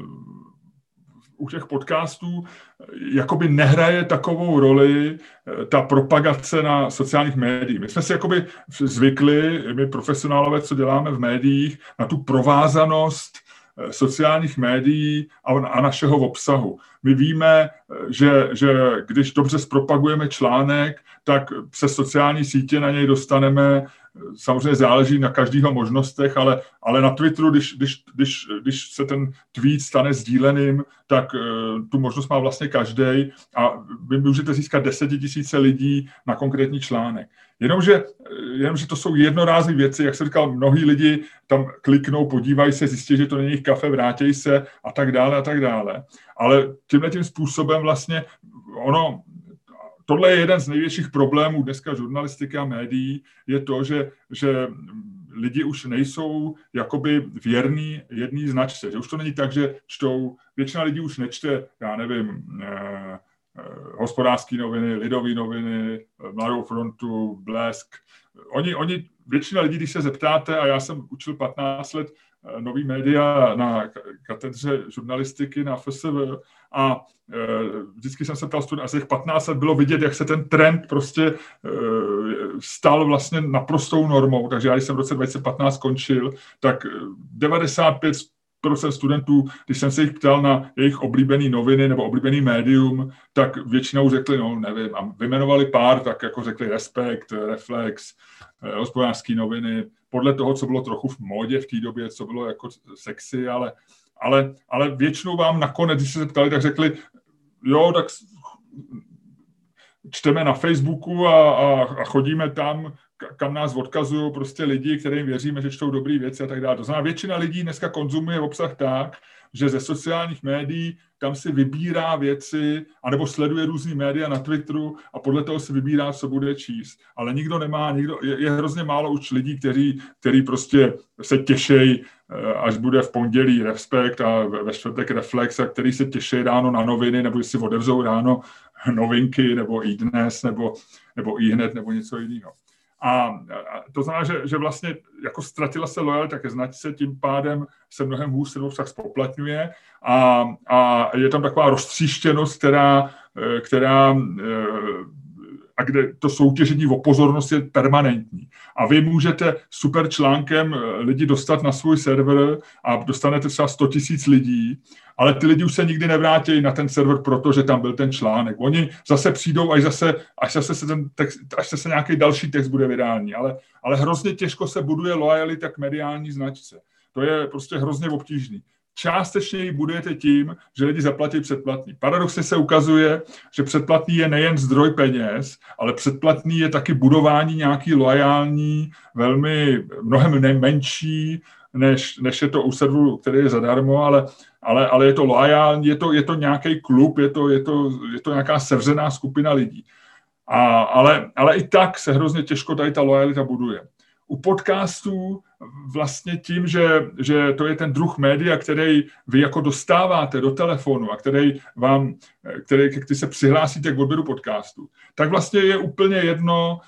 u těch podcastů jakoby nehraje takovou roli ta propagace na sociálních médiích. My jsme si jakoby zvykli, my profesionálové, co děláme v médiích, na tu provázanost sociálních médií a našeho obsahu. My víme, že, že když dobře zpropagujeme článek, tak přes sociální sítě na něj dostaneme, samozřejmě záleží na každého možnostech, ale, ale na Twitteru, když, když, když, když se ten tweet stane sdíleným, tak uh, tu možnost má vlastně každý a vy můžete získat desetitisíce lidí na konkrétní článek. Jenomže, jenomže to jsou jednorázové věci, jak jsem říkal, mnohí lidi tam kliknou, podívají se, zjistí, že to není jejich kafe, vrátí se a tak dále a tak dále. Ale tímhle tím způsobem vlastně ono, tohle je jeden z největších problémů dneska žurnalistiky a médií, je to, že, že lidi už nejsou jakoby věrní jedný značce. Že už to není tak, že čtou, většina lidí už nečte, já nevím, eh, eh, hospodářské noviny, lidové noviny, Mladou frontu, Blesk. Oni, oni, většina lidí, když se zeptáte, a já jsem učil patnáct let nový média na katedře žurnalistiky na F S V a e, vždycky jsem se ptal studentů, asi těch patnáct let bylo vidět, jak se ten trend prostě e, stal vlastně naprostou normou. Takže já, když jsem v roce dva tisíce patnáct skončil, tak devadesát pět procent studentů, když jsem se jich ptal na jejich oblíbený noviny nebo oblíbený médium, tak většinou řekli, no nevím, a vyjmenovali pár, tak jako řekli Respekt, Reflex, hospodářské noviny, podle toho, co bylo trochu v módě v té době, co bylo jako sexy, ale, ale, ale většinou vám nakonec, když se ptali, tak řekli, jo, tak čteme na Facebooku a, a, a chodíme tam, kam nás odkazují prostě lidi, kterým věříme, že čtou dobré věci a tak dále. To znamená, většina lidí dneska konzumuje obsah tak, že ze sociálních médií tam si vybírá věci, anebo sleduje různý média na Twitteru a podle toho si vybírá, co bude číst. Ale nikdo nemá, nikdo, je, je hrozně málo už lidí, kteří, kteří prostě se těšejí, až bude v pondělí Respekt a ve čtvrtek Reflex, a který se těší ráno na noviny, nebo si otevřou ráno Novinky, nebo iDnes, nebo, nebo iHned, nebo něco jiného. A, a to znamená, že, že vlastně jako ztratila se lojalita ke značce, tím pádem se mnohem hůř ten vztah spoplatňuje a, a je tam taková roztříštěnost, která, která a kde to soutěžení o pozornost je permanentní. A vy můžete super článkem lidi dostat na svůj server a dostanete třeba sto tisíc lidí, ale ty lidi už se nikdy nevrátí na ten server, protože tam byl ten článek. Oni zase přijdou, až zase, až zase se ten text, až zase nějaký další text bude virální. Ale, ale hrozně těžko se buduje lojalita k mediální značce. To je prostě hrozně obtížný. Částečně ji budujete tím, že lidi zaplatí předplatný. Paradoxně se ukazuje, že předplatný je nejen zdroj peněz, ale předplatný je taky budování nějaký loajální, velmi mnohem menší, než, než je to u serveru, který je zadarmo, ale, ale, ale je to loajální, je to, je to nějaký klub, je to, je, to, je to nějaká sevřená skupina lidí. A, ale, ale i tak se hrozně těžko tady ta loajalita buduje. U podcastů vlastně tím, že, že to je ten druh média, který vy jako dostáváte do telefonu a který vám, který, který se přihlásíte k odběru podcastu, tak vlastně je úplně jedno,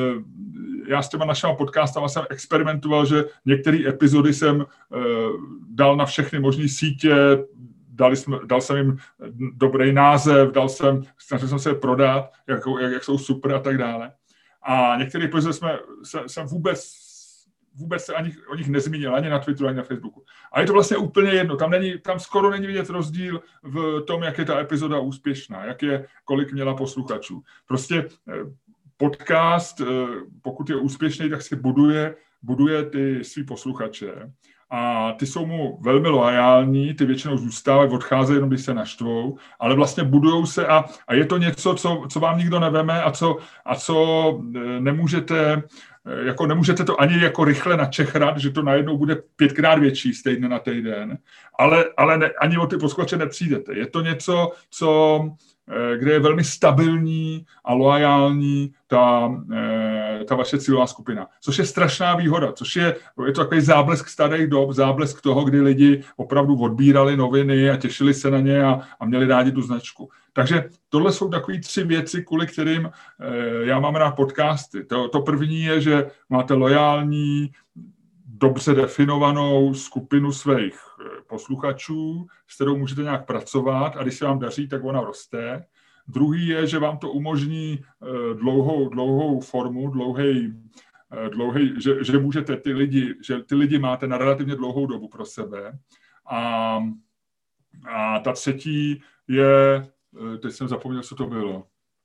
já s těma našima podcastama jsem experimentoval, že některé epizody jsem dal na všechny možné sítě, dali jsme, dal jsem jim dobrý název, dal jsem, snažil jsem se je prodat, jak, jak, jak jsou super a tak dále. A některé epizody jsme, jsem vůbec, vůbec se ani o nich nezmínil, ani na Twitteru, ani na Facebooku. A je to vlastně úplně jedno. Tam, není, tam skoro není vidět rozdíl v tom, jak je ta epizoda úspěšná, jak je, kolik měla posluchačů. Prostě podcast, pokud je úspěšný, tak si buduje, buduje ty svý posluchače. A ty jsou mu velmi loajální, ty většinou zůstávají, odcházejí jenom, když se naštvou, ale vlastně budujou se a, a je to něco, co, co vám nikdo neveme a co, a co nemůžete, jako nemůžete to ani jako rychle načechrat, že to najednou bude pětkrát větší z týdne na týden, ale, ale ne, ani o ty posluchače nepřijdete. Je to něco, co, kde je velmi stabilní a loajální ta, ta vaše cílová skupina. Což je strašná výhoda, což je, je to takový záblesk starých dob, záblesk toho, kdy lidi opravdu odbírali noviny a těšili se na ně a, a měli rádi tu značku. Takže tohle jsou takové tři věci, kvůli kterým já mám rád podcasty. To, to první je, že máte loajální, dobře definovanou skupinu svých posluchačů, s kterou můžete nějak pracovat a když se vám daří, tak ona roste. Druhý je, že vám to umožní dlouhou, dlouhou formu, dlouhý, dlouhý že, že můžete ty lidi, že ty lidi máte na relativně dlouhou dobu pro sebe. A, a ta třetí je, teď jsem zapomněl, co to bylo,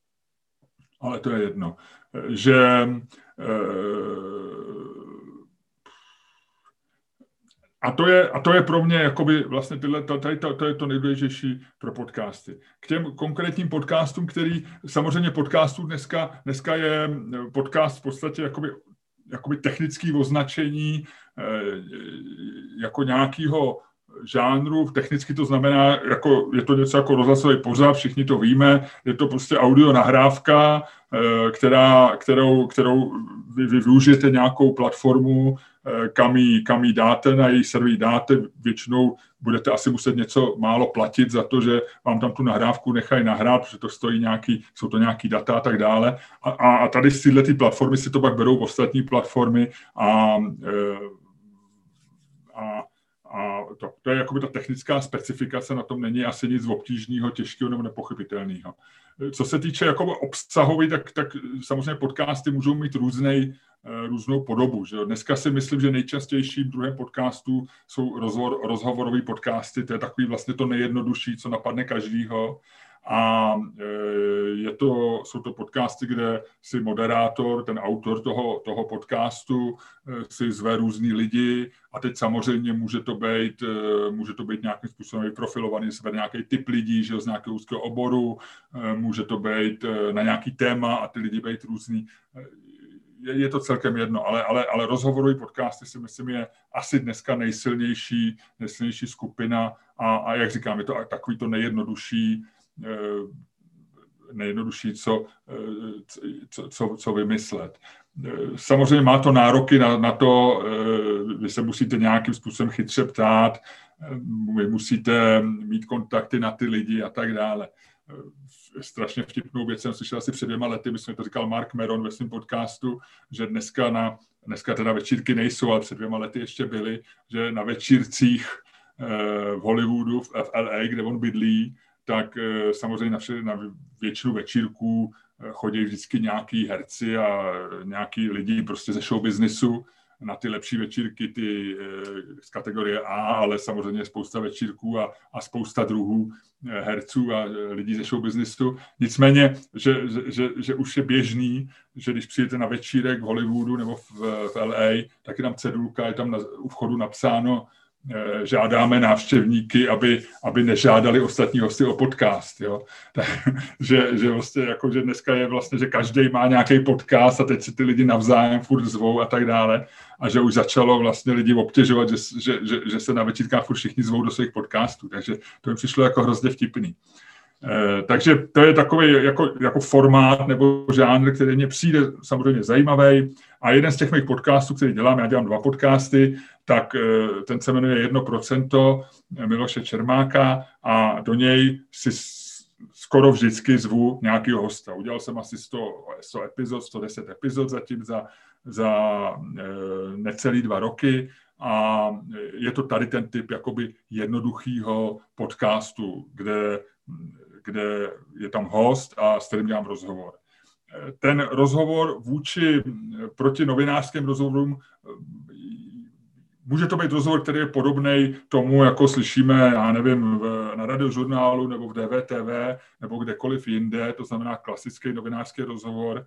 ale to je jedno, že A to, je, a to je pro mě jakoby vlastně tyhle, tady to, to je to nejdůležitější pro podcasty. K těm konkrétním podcastům, který samozřejmě podcastů dneska, dneska je podcast v podstatě jakoby, jakoby technický označení jako nějakého žánru. Technicky to znamená, jako, je to něco jako rozhlasový pořad, všichni to víme, je to prostě audio nahrávka, která, kterou, kterou vy, vy využijete nějakou platformu, kam ji, kam ji dáte, na její server dáte, většinou budete asi muset něco málo platit za to, že vám tam tu nahrávku nechají nahrát, protože to stojí nějaký, jsou to nějaký data a tak dále. A, a tady z této platformy si to pak berou ostatní platformy a, a A to, to je jakoby ta technická specifikace, na tom není asi nic obtížného, těžkého nebo nepochopitelného. Co se týče jakoby obsahový, tak, tak samozřejmě podcasty můžou mít různej, různou podobu. Že? Dneska si myslím, že nejčastějším druhem podcastů jsou rozhovor, rozhovorové podcasty, to je takový vlastně to nejjednodušší, co napadne každýho. A je to, jsou to podcasty, kde si moderátor, ten autor toho, toho podcastu si zve různý lidi a teď samozřejmě může to být, může to být nějakým způsobem vyprofilovaný, zve nějaký typ lidí, že z nějakého úzkého oboru, může to být na nějaký téma a ty lidi být různý. Je, je to celkem jedno, ale, ale, ale rozhovorový podcasty si myslím je asi dneska nejsilnější, nejsilnější skupina a, a jak říkám, je to takový to nejjednodušší, nejjednodušší, co, co, co, co vymyslet. Samozřejmě má to nároky na, na to, vy se musíte nějakým způsobem chytře ptát, vy musíte mít kontakty na ty lidi a tak dále. strašně vtipnou věc jsem slyšel asi před dvěma lety, myslím, to říkal Mark Maron ve svém podcastu, že dneska na, dneska teda večírky nejsou, ale před dvěma lety ještě byly, že na večírcích v Hollywoodu, v L A, kde on bydlí, tak samozřejmě na, vše, na většinu večírků chodí vždycky nějaký herci a nějaký lidi prostě ze show businessu na ty lepší večírky, ty z kategorie A, ale samozřejmě spousta večírků a, a spousta druhů herců a lidí ze show businessu. Nicméně, že, že, že už je běžný, že když přijdete na večírek v Hollywoodu nebo v, v L A, tak je tam cedulka, je tam na, u vchodu napsáno, žádáme návštěvníky, aby, aby nežádali ostatní hosty o podcast. Jo. že, že, vlastně jako, že dneska je vlastně, že každý má nějaký podcast a teď si ty lidi navzájem furt zvou a tak dále. A že už začalo vlastně lidi obtěžovat, že, že, že, že se na večírkách furt všichni zvou do svých podcastů. Takže to mi přišlo jako hrozně vtipný. Eh, takže to je takový jako, jako formát nebo žánr, který mě přijde samozřejmě zajímavý. A jeden z těch mých podcastů, který dělám, já dělám dva podcasty, tak eh, ten se jmenuje jedno procento Miloše Čermáka a do něj si skoro vždycky zvu nějakého hosta. Udělal jsem asi sto, sto epizod, sto deset epizod zatím za, za eh, necelý dva roky. A je to tady ten typ jakoby jednoduchýho podcastu, kde kde je tam host a s kterým dělám rozhovor. Ten rozhovor vůči proti novinářským rozhovorům, může to být rozhovor, který je podobný tomu, jako slyšíme, já nevím, v, na Radiožurnálu nebo v D V T V nebo kdekoliv jinde, to znamená klasický novinářský rozhovor.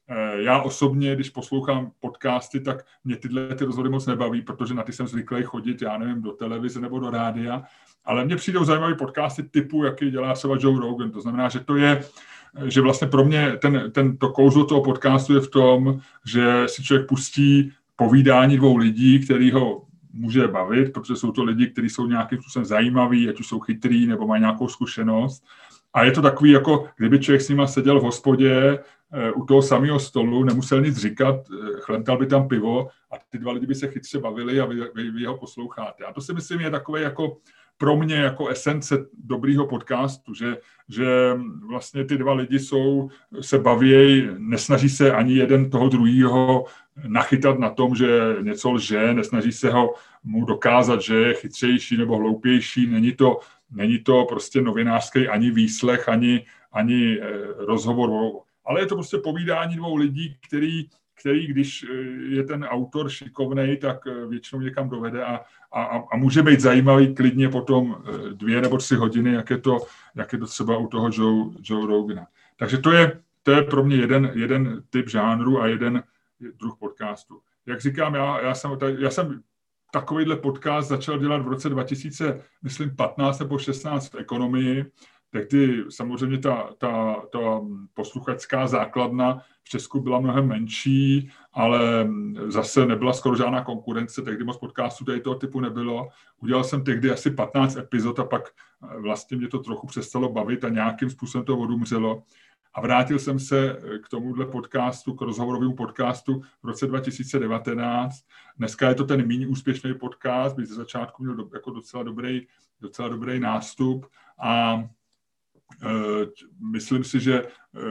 Já osobně, když poslouchám podcasty, tak mě tyhle ty rozhovory moc nebaví, protože na ty jsem zvyklý chodit, já nevím, do televize nebo do rádia, ale mně přijdou zajímavé podcasty typu, jaký dělá třeba Joe Rogan. To znamená, že to je, že vlastně pro mě ten, ten, to kouzlo toho podcastu je v tom, že si člověk pustí povídání dvou lidí, který ho může bavit, protože jsou to lidi, kteří jsou nějakým způsobem zajímaví, ať už jsou chytrý nebo mají nějakou zkušenost. A je to takový, jako kdyby člověk s nima seděl v hospodě u toho samého stolu, nemusel nic říkat, chlental by tam pivo a ty dva lidi by se chytře bavili a vy, vy, vy ho posloucháte. A to si myslím je takové jako pro mě jako esence dobrýho podcastu, že, že vlastně ty dva lidi jsou, se baví, nesnaží se ani jeden toho druhýho nachytat na tom, že něco lže, nesnaží se ho mu dokázat, že je chytřejší nebo hloupější, není to, není to prostě novinářský ani výslech, ani, ani rozhovor, ale je to prostě povídání dvou lidí, který, který když je ten autor šikovnej, tak většinou někam dovede a, a, a může být zajímavý klidně potom dvě nebo tři hodiny, jak je to, jak je to třeba u toho Joe, Joe Rogana. Takže to je, to je pro mě jeden, jeden typ žánru a jeden druh podcastu. Jak říkám, já, já, jsem, já jsem takovýhle podcast začal dělat v roce dva tisíce, myslím, patnáct nebo šestnáct v ekonomii, tehdy samozřejmě ta, ta, ta posluchačská základna v Česku byla mnohem menší, ale zase nebyla skoro žádná konkurence, tehdy moc podcastů tady toho typu nebylo. Udělal jsem tehdy asi patnáct epizod a pak vlastně mě to trochu přestalo bavit a nějakým způsobem to odumřelo. A vrátil jsem se k tomuhle podcastu, k rozhovorovému podcastu v roce dva tisíce devatenáct. Dneska je to ten méně úspěšný podcast, byť ze začátku měl do, jako docela dobrý, docela dobrý nástup a e, myslím si, že e,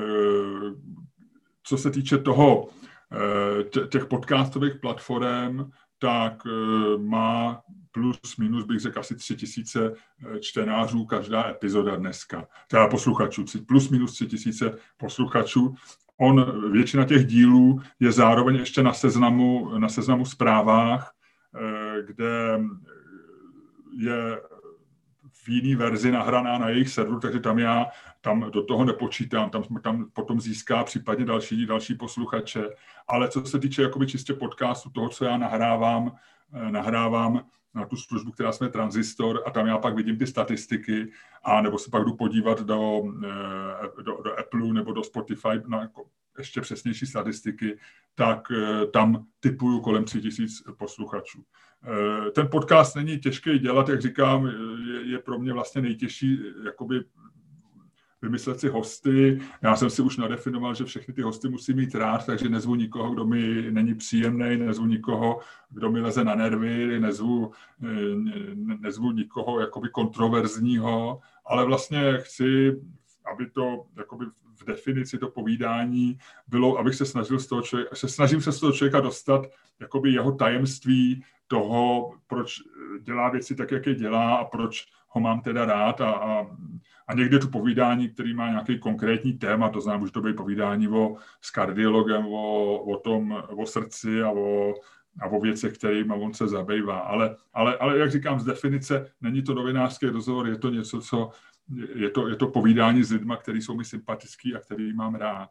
co se týče toho, e, těch podcastových platform, tak e, má plus minus bych řekl asi tři tisíce čtenářů každá epizoda dneska. Teda posluchačů, plus minus tři tisíce posluchačů. On, většina těch dílů je zároveň ještě na seznamu, na seznamu zprávách, kde je v jiný verzi nahraná na jejich serveru, takže tam já tam do toho nepočítám, tam, tam potom získá případně další, další posluchače. Ale co se týče jakoby čistě podcastu, toho, co já nahrávám, nahrávám na tu službu, která se jmenuje Transistor a tam já pak vidím ty statistiky a nebo se pak jdu podívat do, do, do Apple nebo do Spotify na ještě přesnější statistiky, tak tam tipuju kolem tři tisíc posluchačů. Ten podcast není těžký dělat, jak říkám, je, je pro mě vlastně nejtěžší jakoby vymyslet si hosty. Já jsem si už nadefinoval, že všechny ty hosty musím mít rád, takže nezvu nikoho, kdo mi není příjemný, nezvu nikoho, kdo mi leze na nervy, nezvu, nezvu nikoho jakoby kontroverzního, ale vlastně chci aby to jakoby v definici to povídání bylo, abych se snažil z toho člověka, se snažím se z toho člověka dostat jakoby jeho tajemství toho, proč dělá věci tak, jak je dělá a proč ho mám teda rád a, a, a někdy to povídání, který má nějaký konkrétní téma, to znamená, může to být povídání o, s kardiologem, o, o tom, o srdci a o, a o věcech, kterými on se zabývá. Ale, ale, ale jak říkám, z definice není to novinářský rozhovor, je to něco, co je to, je to povídání s lidma, kteří jsou mi sympatický a který mám rád.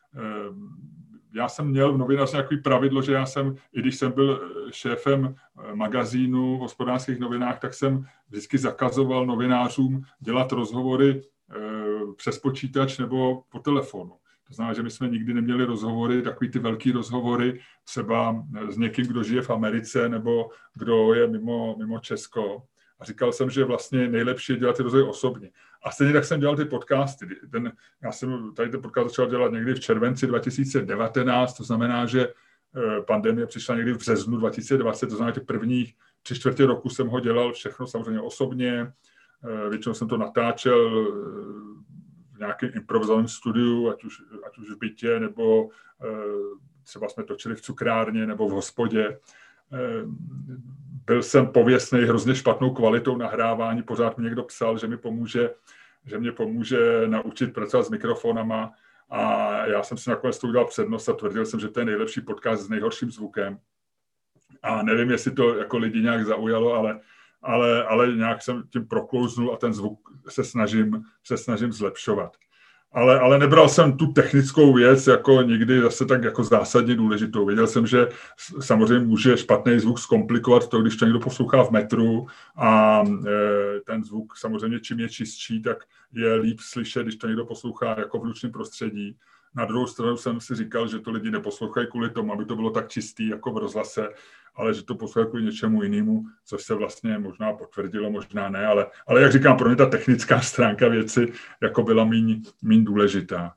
Já jsem měl v novináři nějaký pravidlo, že já jsem, i když jsem byl šéfem magazínu v Hospodářských novinách, tak jsem vždycky zakazoval novinářům dělat rozhovory přes počítač nebo po telefonu. To znamená, že my jsme nikdy neměli rozhovory, takový ty velký rozhovory, třeba s někým, kdo žije v Americe nebo kdo je mimo, mimo Česko. A říkal jsem, že vlastně nejlepší je dělat ty rozhovory osobně. A stejně tak jsem dělal ty podcasty. Ten, já jsem tady ten podcast začal dělat někdy v červenci dva tisíce devatenáct, to znamená, že pandemie přišla někdy v březnu dva tisíce dvacet, to znamená, že prvních tři čtvrtě roku jsem ho dělal všechno samozřejmě osobně. Většinou jsem to natáčel v nějakém improvizovaném studiu, ať už, ať už v bytě, nebo třeba jsme točili v cukrárně nebo v hospodě. Byl jsem pověstný hrozně špatnou kvalitou nahrávání, pořád mi někdo psal, že mi pomůže, že mě pomůže naučit pracovat s mikrofonama a já jsem si nakonec to udělal přednost a tvrdil jsem, že to je nejlepší podcast s nejhorším zvukem. A nevím, jestli to jako lidi nějak zaujalo, ale, ale, ale nějak jsem tím proklouznul a ten zvuk se snažím, se snažím zlepšovat. Ale, ale nebral jsem tu technickou věc jako nikdy zase tak jako zásadně důležitou. Věděl jsem, že samozřejmě může špatný zvuk zkomplikovat to, když to někdo poslouchá v metru a e, ten zvuk samozřejmě čím je čistší, tak je líp slyšet, když to někdo poslouchá jako v hlučném prostředí. Na druhou stranu jsem si říkal, že to lidi neposlouchají kvůli tomu, aby to bylo tak čistý jako v rozhlase, ale že to poslouchají kvůli něčemu jinému, což se vlastně možná potvrdilo, možná ne, ale, ale jak říkám, pro mě ta technická stránka věci jako byla míň, míň důležitá.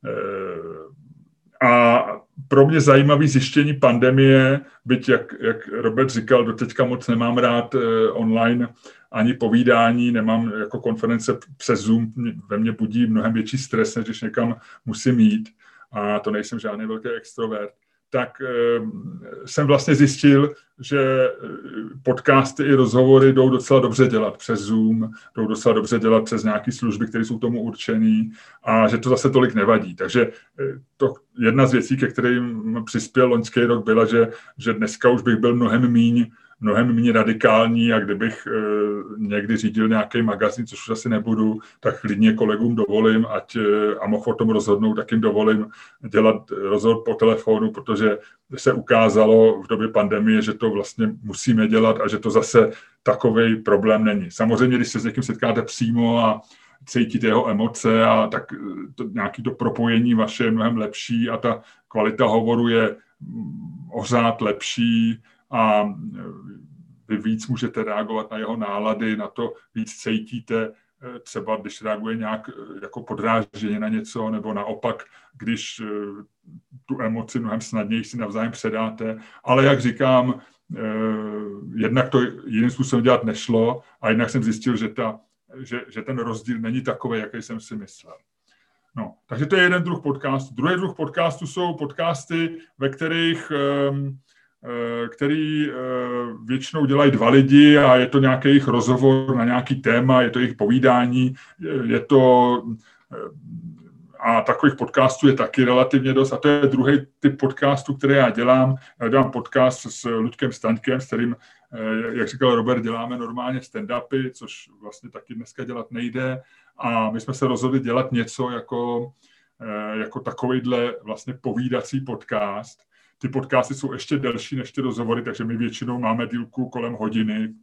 A pro mě zajímavý zjištění pandemie, byť jak, jak Robert říkal, doteďka moc nemám rád online ani povídání, nemám jako konference přes Zoom, ve mně budí mnohem větší stres, než když někam musím jít a to nejsem žádný velký extrovert, tak e, jsem vlastně zjistil, že podcasty i rozhovory jdou docela dobře dělat přes Zoom, jdou docela dobře dělat přes nějaké služby, které jsou tomu určený a že to zase tolik nevadí. Takže to jedna z věcí, ke kterým přispěl loňský rok, byla, že, že dneska už bych byl mnohem míň mnohem méně radikální a kdybych e, někdy řídil nějaký magazín, což už asi nebudu, tak klidně kolegům dovolím, ať e, a mohl o tom rozhodnout, tak jim dovolím dělat rozhovor po telefonu, protože se ukázalo v době pandemie, že to vlastně musíme dělat a že to zase takovej problém není. Samozřejmě, když se s někým setkáte přímo a cítíte jeho emoce a tak to, nějaký to propojení vaše je mnohem lepší a ta kvalita hovoru je o řád lepší a vy víc můžete reagovat na jeho nálady, na to víc cítíte, třeba když reaguje nějak jako podrážděně na něco, nebo naopak, když tu emoci mnohem snadněji si navzájem předáte. Ale jak říkám, jednak to jiným způsobem dělat nešlo a jednak jsem zjistil, že, ta, že, že ten rozdíl není takový, jaký jsem si myslel. No, takže to je jeden druh podcastu. Druhý druh podcastu jsou podcasty, ve kterých který většinou dělají dva lidi a je to nějaký jejich rozhovor na nějaký téma, je to jejich povídání, je to a takových podcastů je taky relativně dost a to je druhý typ podcastu, který já dělám. Já dělám podcast s Luďkem Staňkem, s kterým, jak říkal Robert, děláme normálně stand-upy, což vlastně taky dneska dělat nejde a my jsme se rozhodli dělat něco jako, jako takovejhle vlastně povídací podcast. Ty podcasty jsou ještě delší než ty rozhovory, takže my většinou máme dílku kolem hodiny.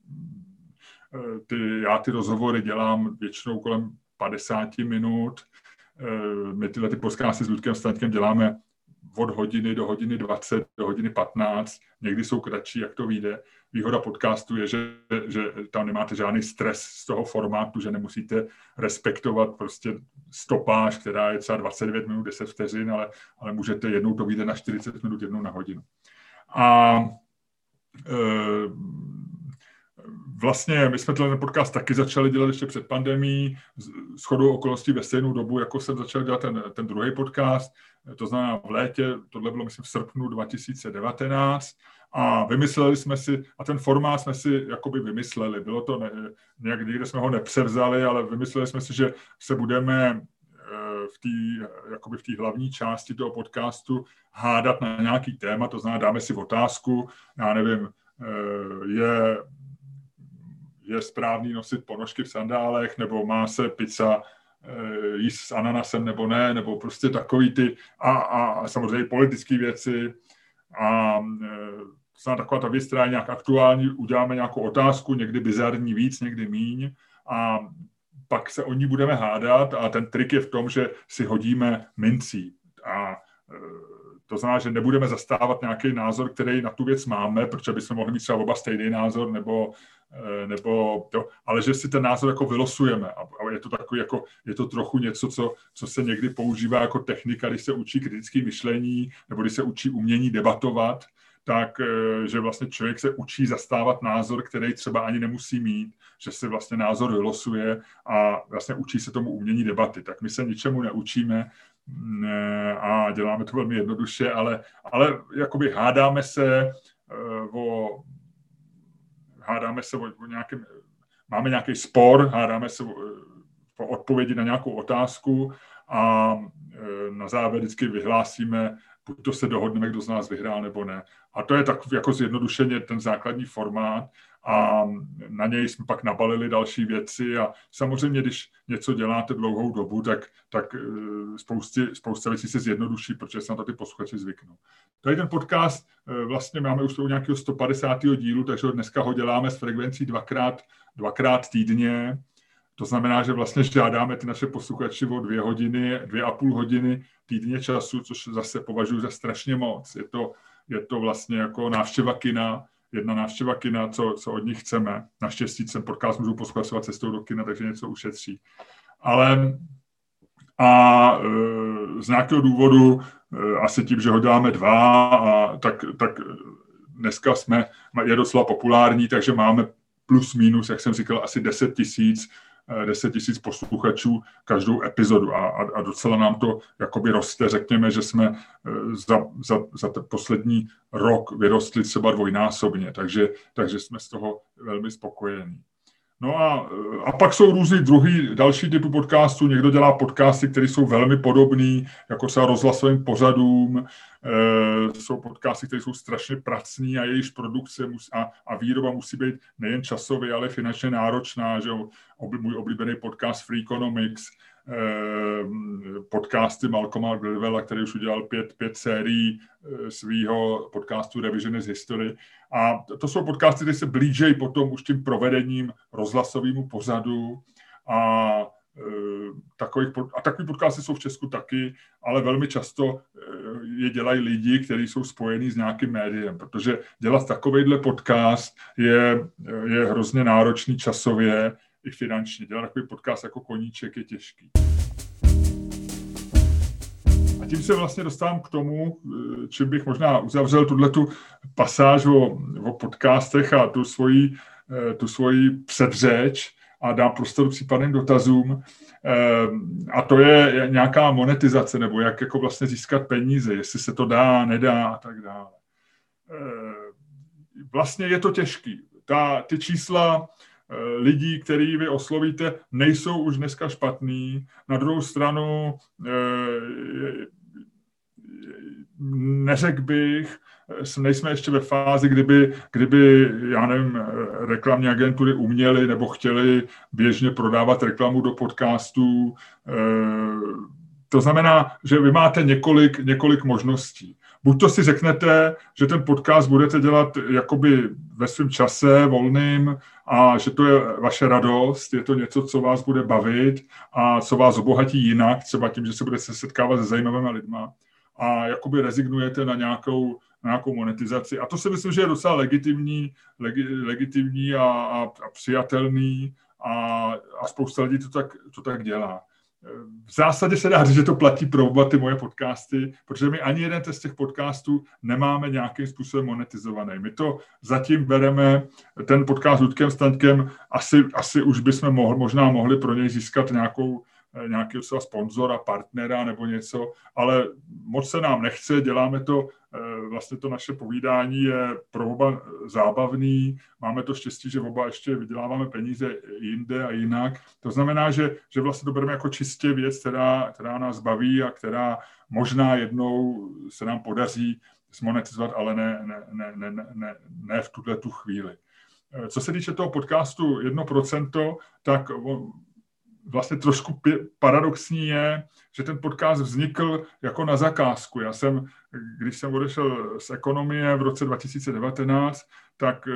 Ty, já ty rozhovory dělám většinou kolem padesát minut. My tyhle ty podcasty s Ludkem Staňkem děláme od hodiny do hodiny dvacet, do hodiny patnáct. Někdy jsou kratší, jak to vyjde. Výhoda podcastu je, že, že tam nemáte žádný stres z toho formátu, že nemusíte respektovat prostě stopáž, která je třeba dvacet devět minut, deset vteřin, ale, ale můžete jednou to vyjde na čtyřicet minut, jednou na hodinu. A e, vlastně my jsme ten podcast taky začali dělat ještě před pandemií, shodou okolností ve stejnou dobu, jako jsem začal dělat ten, ten druhý podcast, to znamená v létě, tohle bylo myslím v srpnu dva tisíce devatenáct, a vymysleli jsme si, a ten formát jsme si jakoby vymysleli, bylo to ne, nějak někde jsme ho nepřevzali, ale vymysleli jsme si, že se budeme v té jakoby v té hlavní části toho podcastu hádat na nějaký téma, to znamená dáme si otázku, já nevím, je, je správný nosit ponožky v sandálech, nebo má se pizza jíst s ananasem nebo ne, nebo prostě takový ty a, a samozřejmě politické věci a e, taková ta věc, která je nějak aktuální, uděláme nějakou otázku, někdy bizarní víc, někdy míň a pak se o ní budeme hádat a ten trik je v tom, že si hodíme mincí a e, to znamená, že nebudeme zastávat nějaký názor, který na tu věc máme, protože bychom mohli mít třeba oba stejný názor, nebo, nebo to, ale že si ten názor jako vylosujeme. A je to takový, jako, je to trochu něco, co, co se někdy používá jako technika, když se učí kritické myšlení, nebo když se učí umění debatovat, tak, že vlastně člověk se učí zastávat názor, který třeba ani nemusí mít, že si vlastně názor vylosuje a vlastně učí se tomu umění debaty. Tak my se ničemu neučíme, a děláme to velmi jednoduše, ale, ale jakoby hádáme se o, hádáme se o, o nějakém, máme nějaký spor, hádáme se o, o odpovědi na nějakou otázku a na závěr vždycky vyhlásíme, buď to se dohodneme, kdo z nás vyhrál, nebo ne. A to je tak jako zjednodušeně ten základní formát a na něj jsme pak nabalili další věci a samozřejmě, když něco děláte dlouhou dobu, tak, tak spousty, spousta věcí se zjednoduší, protože se na to ty posluchači zvyknou. Tady ten podcast vlastně máme už toho nějakého sto padesátého dílu, takže dneska ho děláme s frekvencí dvakrát, dvakrát týdně. To znamená, že vlastně žádáme ty naše posluchači o dvě hodiny, dvě a půl hodiny týdně času, což zase považuji za strašně moc. Je to, je to vlastně jako návštěva kina, jedna návštěva kina, co, co od nich chceme. Naštěstí ten podcast můžu poslouchat cestou do kina, takže něco ušetří. Ale a e, z nějakého důvodu, e, asi tím, že ho děláme dva, a tak, tak dneska jsme, je docela populární, takže máme plus minus, jak jsem říkal, asi deset tisíc deset tisíc posluchačů každou epizodu a, a, a docela nám to jakoby roste. Řekněme, že jsme za, za, za ten poslední rok vyrostli třeba dvojnásobně, takže, takže jsme z toho velmi spokojení. No a, a pak jsou různý druhý, další typy podcastů. Někdo dělá podcasty, které jsou velmi podobné, jako třeba rozhlasovým pořadům. E, jsou podcasty, které jsou strašně pracný a jejichž produkce mus, a, a výroba musí být nejen časově, ale finančně náročná. Že obli, můj oblíbený podcast Freakonomics, e, podcasty Malcolma Gladwella, který už udělal pět, pět sérií e, svýho podcastu Revisionist History. A to jsou podcasty, které se blížejí potom už tím provedením rozhlasovému pořadu a e, takových, a takový podcasty jsou v Česku taky, ale velmi často e, je dělají lidi, kteří jsou spojení s nějakým médiem, protože dělat takovejhle podcast je, je hrozně náročný časově i finančně. Dělat takový podcast jako koníček je těžký. A tím se vlastně dostávám k tomu, čím bych možná uzavřel tuto pasáž o, o podcastech a tu svoji, tu svoji předřeč a dám prostor případným dotazům. A to je nějaká monetizace, nebo jak jako vlastně získat peníze, jestli se to dá, nedá a tak dále. Vlastně je to těžký. Ta, ty čísla lidí, který vy oslovíte, nejsou už dneska špatný. Na druhou stranu neřekl bych, nejsme ještě ve fázi, kdyby, kdyby, já nevím, reklamní agentury uměly nebo chtěli běžně prodávat reklamu do podcastů. To znamená, že vy máte několik, několik možností. Buď to si řeknete, že ten podcast budete dělat jakoby ve svém čase volným a že to je vaše radost, je to něco, co vás bude bavit a co vás obohatí jinak, třeba tím, že se budete setkávat se zajímavými lidma a jakoby rezignujete na nějakou, na nějakou monetizaci. A to si myslím, že je docela legitimní, legi, legitimní a, a, a přijatelný a, a spousta lidí to tak, to tak dělá. v zásadě se dá říct, že to platí pro oba ty moje podcasty, protože my ani jeden z těch podcastů nemáme nějakým způsobem monetizovaný. My to zatím bereme, ten podcast s Ludkem Staňkem, asi, asi už bychom mohli, možná mohli pro něj získat nějakou, nějakého sponzora, partnera nebo něco, ale moc se nám nechce, děláme to, vlastně to naše povídání je pro oba zábavný, máme to štěstí, že oba ještě vyděláváme peníze jinde a jinak. To znamená, že, že vlastně to bereme jako čistě věc, která, která nás baví a která možná jednou se nám podaří zmonetizovat, ale ne, ne, ne, ne, ne, ne v tuhle tu chvíli. Co se týče toho podcastu jedno procento, tak vlastně trošku paradoxní je, že ten podcast vznikl jako na zakázku. Já jsem, když jsem odešel z ekonomie v roce dva tisíce devatenáct, tak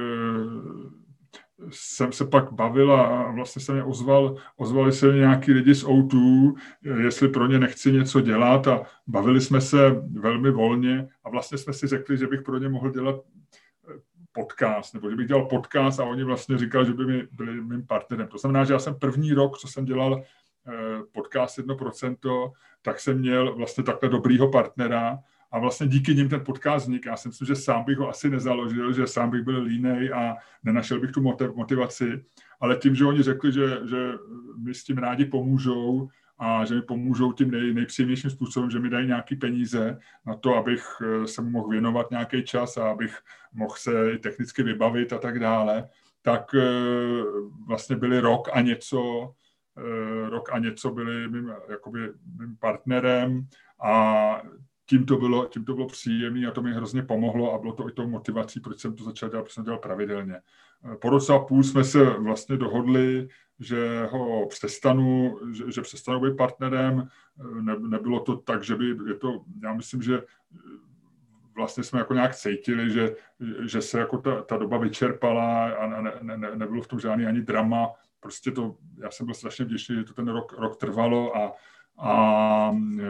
jsem se pak bavil a vlastně se mě ozval, ozvali se nějaký lidi z O dva, jestli pro ně nechci něco dělat a bavili jsme se velmi volně a vlastně jsme si řekli, že bych pro ně mohl dělat podcast, nebo že bych dělal podcast a oni vlastně říkali, že by mi byli mým partnerem. To znamená, že já jsem první rok, co jsem dělal podcast jedno procento, tak jsem měl vlastně takhle dobrýho partnera a vlastně díky nim ten podcast vznik. Já si myslím, že sám bych ho asi nezaložil, že sám bych byl línej a nenašel bych tu motivaci, ale tím, že oni řekli, že, že mi s tím rádi pomůžou a že mi pomůžou tím nej, nejpříjemnějším způsobem, že mi dají nějaké peníze na to, abych se mu mohl věnovat nějaký čas a abych mohl se technicky vybavit a tak dále, tak vlastně byli rok a něco, rok a něco byli mým, jakoby, mým partnerem a tím to bylo, tím to bylo příjemné a to mi hrozně pomohlo a bylo to i tou motivací, proč jsem to začal dělat, proč jsem dělal pravidelně. Po roce a půl jsme se vlastně dohodli, že ho přestanu, že, že přestanu být partnerem. Ne, nebylo to tak, že by je to, já myslím, že vlastně jsme jako nějak cítili, že, že se jako ta, ta doba vyčerpala a ne, ne, ne, nebylo v tom žádný ani drama. Prostě to, já jsem byl strašně vděčný, že to ten rok, rok trvalo a, a e,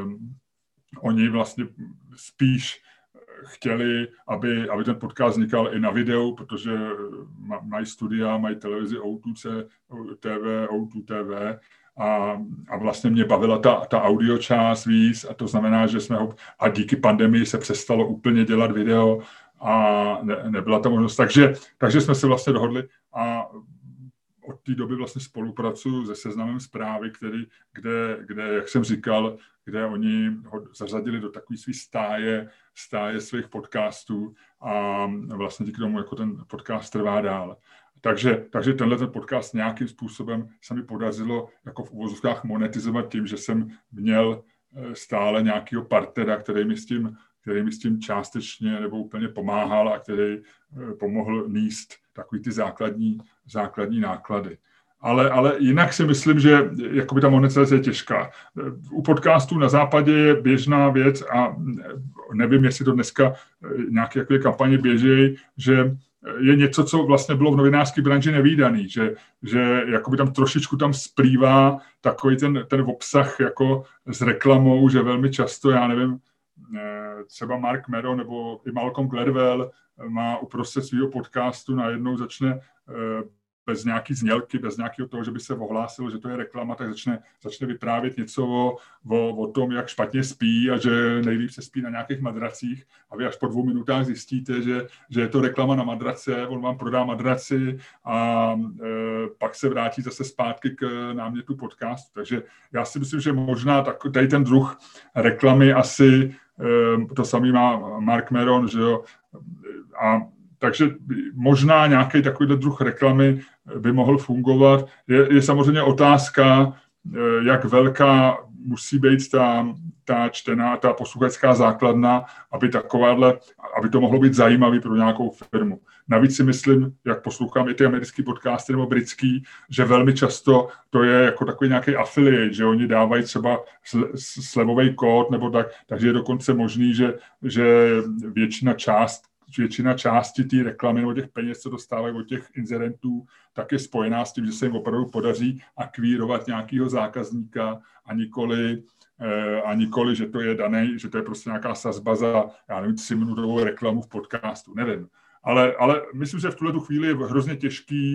oni vlastně spíš chtěli, aby, aby ten podcast vznikal i na videu, protože mají studia, mají televizi O dva T V, O dva T V a, a vlastně mě bavila ta, ta audio část víc a to znamená, že jsme ho, a díky pandemii se přestalo úplně dělat video a ne, nebyla ta možnost. Takže, takže jsme se vlastně dohodli a od té doby vlastně spolupracuju se Seznamem Zprávy, který, kde, kde, jak jsem říkal, kde oni ho zařadili do takové své stáje, stáje svých podcastů a vlastně díky tomu jako ten podcast trvá dál. Takže, takže tenhle ten podcast nějakým způsobem se mi podařilo jako v uvozovkách monetizovat tím, že jsem měl stále nějakého partnera, který mi s tím, který mi s tím částečně nebo úplně pomáhal a který pomohl níst takový ty základní, základní náklady. Ale, ale jinak si myslím, že jakoby ta monetizace je těžká. U podcastů na západě je běžná věc a nevím, jestli to dneska nějaké jaké kampaně běží, že je něco, co vlastně bylo v novinářské branži nevídaný, že, že jakoby tam trošičku tam splývá takový ten, ten obsah jako s reklamou, že velmi často, já nevím, třeba Mark Meron nebo i Malcolm Gladwell má uprostřed svého podcastu najednou začne bez nějaký znělky, bez nějakého toho, že by se ohlásil, že to je reklama, tak začne, začne vyprávět něco o, o, o tom, jak špatně spí a že nejlíp se spí na nějakých madracích a vy až po dvou minutách zjistíte, že, že je to reklama na madrace, on vám prodá madraci a e, pak se vrátí zase zpátky k námětu podcastu. Takže já si myslím, že možná tak, tady ten druh reklamy asi, e, to samý má Mark Meron, že jo, a takže možná nějaký takovýhle druh reklamy by mohl fungovat. Je, je samozřejmě otázka, jak velká musí být ta, ta čtená, ta posluchačská základna, aby takováhle, aby to mohlo být zajímavý pro nějakou firmu. Navíc si myslím, jak poslouchám i ty americký podcasty nebo britský, že velmi často to je jako takový nějaký affiliate, že oni dávají třeba slevový kód nebo tak, takže je dokonce možný, že, že většina část většina části té reklamy nebo těch peněz, co dostávají od těch inzerentů, tak je spojená s tím, že se jim opravdu podaří akvírovat nějakého zákazníka a nikoli, eh, a nikoli, že to je daný, že to je prostě nějaká sazba za, já nevím, tříminutovou reklamu v podcastu, nevím. Ale, ale myslím, že v tuhle chvíli je hrozně těžký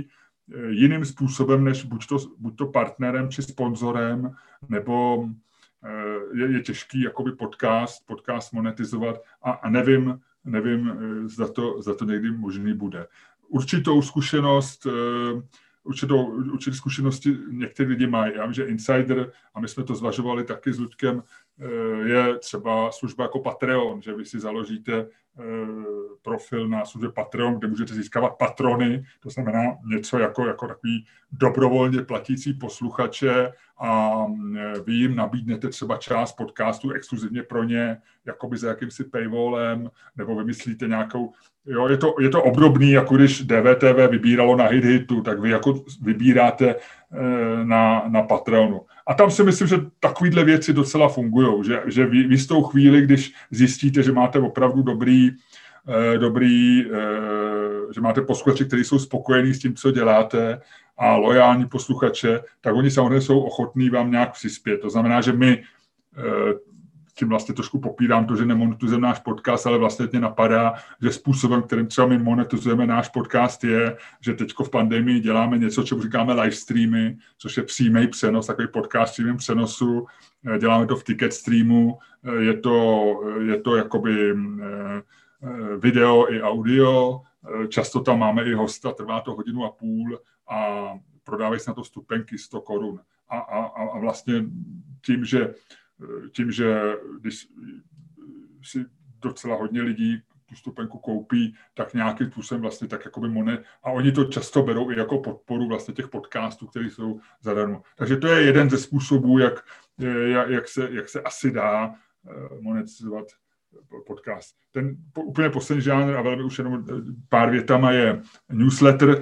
jiným způsobem, než buď to, buď to partnerem či sponzorem, nebo je, je těžký jakoby podcast, podcast monetizovat a, a nevím, nevím, zda to, zda to někdy možný bude. Určitou zkušenost, určitou, určité zkušenosti někteří lidi mají. Já vím, že Insider, a my jsme to zvažovali taky s Luďkem, je třeba služba jako Patreon, že vy si založíte profil na službě Patreon, kde můžete získávat patrony, to znamená něco jako, jako takový dobrovolně platící posluchače a vy jim nabídnete třeba část podcastu exkluzivně pro ně, jakoby za jakýmsi paywallem, nebo vymyslíte nějakou, jo, je to, je to obdobný, jako když D V T V vybíralo na Hit Hitu, tak vy jako vybíráte na, na Patreonu. A tam si myslím, že takovýhle věci docela fungují, že, že vy, vy z tou chvíli, když zjistíte, že máte opravdu dobrý, eh, dobrý eh, že máte posluchače, kteří jsou spokojení s tím, co děláte a lojální posluchače, tak oni samozřejmě jsou ochotní vám nějak přispět. To znamená, že my eh, tím vlastně trošku popírám to, že nemonetizujeme náš podcast, ale vlastně mě napadá, že způsobem, kterým třeba my monetizujeme náš podcast je, že teďko v pandemii děláme něco, čemu říkáme live streamy, což je přímý přenos, takový podcast v přímém přenosu. Děláme to v ticket streamu, je to, je to jakoby video i audio, často tam máme i hosta, trvá to hodinu a půl a prodávají se na to vstupenky sto korun. A, a, a vlastně tím, že tím, že když si docela hodně lidí tu vstupenku koupí, tak nějakým způsobem vlastně tak jakoby monet. A oni to často berou i jako podporu vlastně těch podcastů, které jsou zadarmo. Takže to je jeden ze způsobů, jak, jak, jak, se, jak se asi dá monetizovat podcast. Ten úplně poslední žánr, a velmi už jenom pár větama, je newsletter.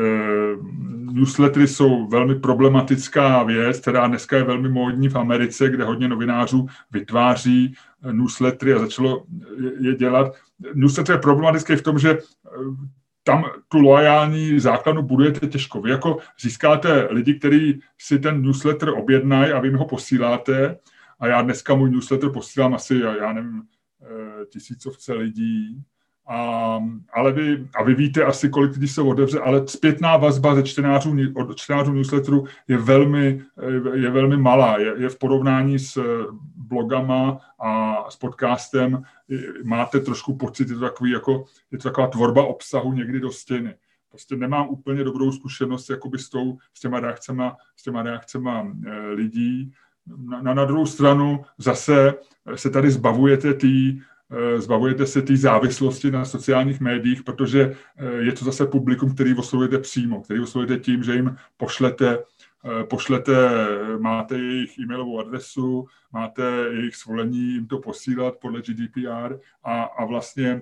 Newslettery jsou velmi problematická věc, která dneska je velmi módní v Americe, kde hodně novinářů vytváří newslettery a začalo je dělat. Newsletter je problematický v tom, že tam tu loajální základnu budujete těžko. Vy jako získáte lidi, kteří si ten newsletter objednají a vy jim ho posíláte. A já dneska můj newsletter posílám asi, já nevím, tisícovce lidí, a, ale vy, a vy víte asi, kolik lidí se otevře, ale zpětná vazba ze čtenářů, od čtenářů newsletteru je velmi, je velmi malá. Je, je v porovnání s blogama a s podcastem, máte trošku pocit, je to, takový, jako, je to taková tvorba obsahu někdy do stěny. Prostě nemám úplně dobrou zkušenost jakoby s, tou, s těma reakcema, s těma reakcema lidí. Na, na druhou stranu zase se tady zbavujete tý, zbavujete se té závislosti na sociálních médiích, protože je to zase publikum, který oslovujete přímo, který oslovujete tím, že jim pošlete, pošlete, máte jejich e-mailovou adresu, máte jejich svolení jim to posílat podle G D P R a, a vlastně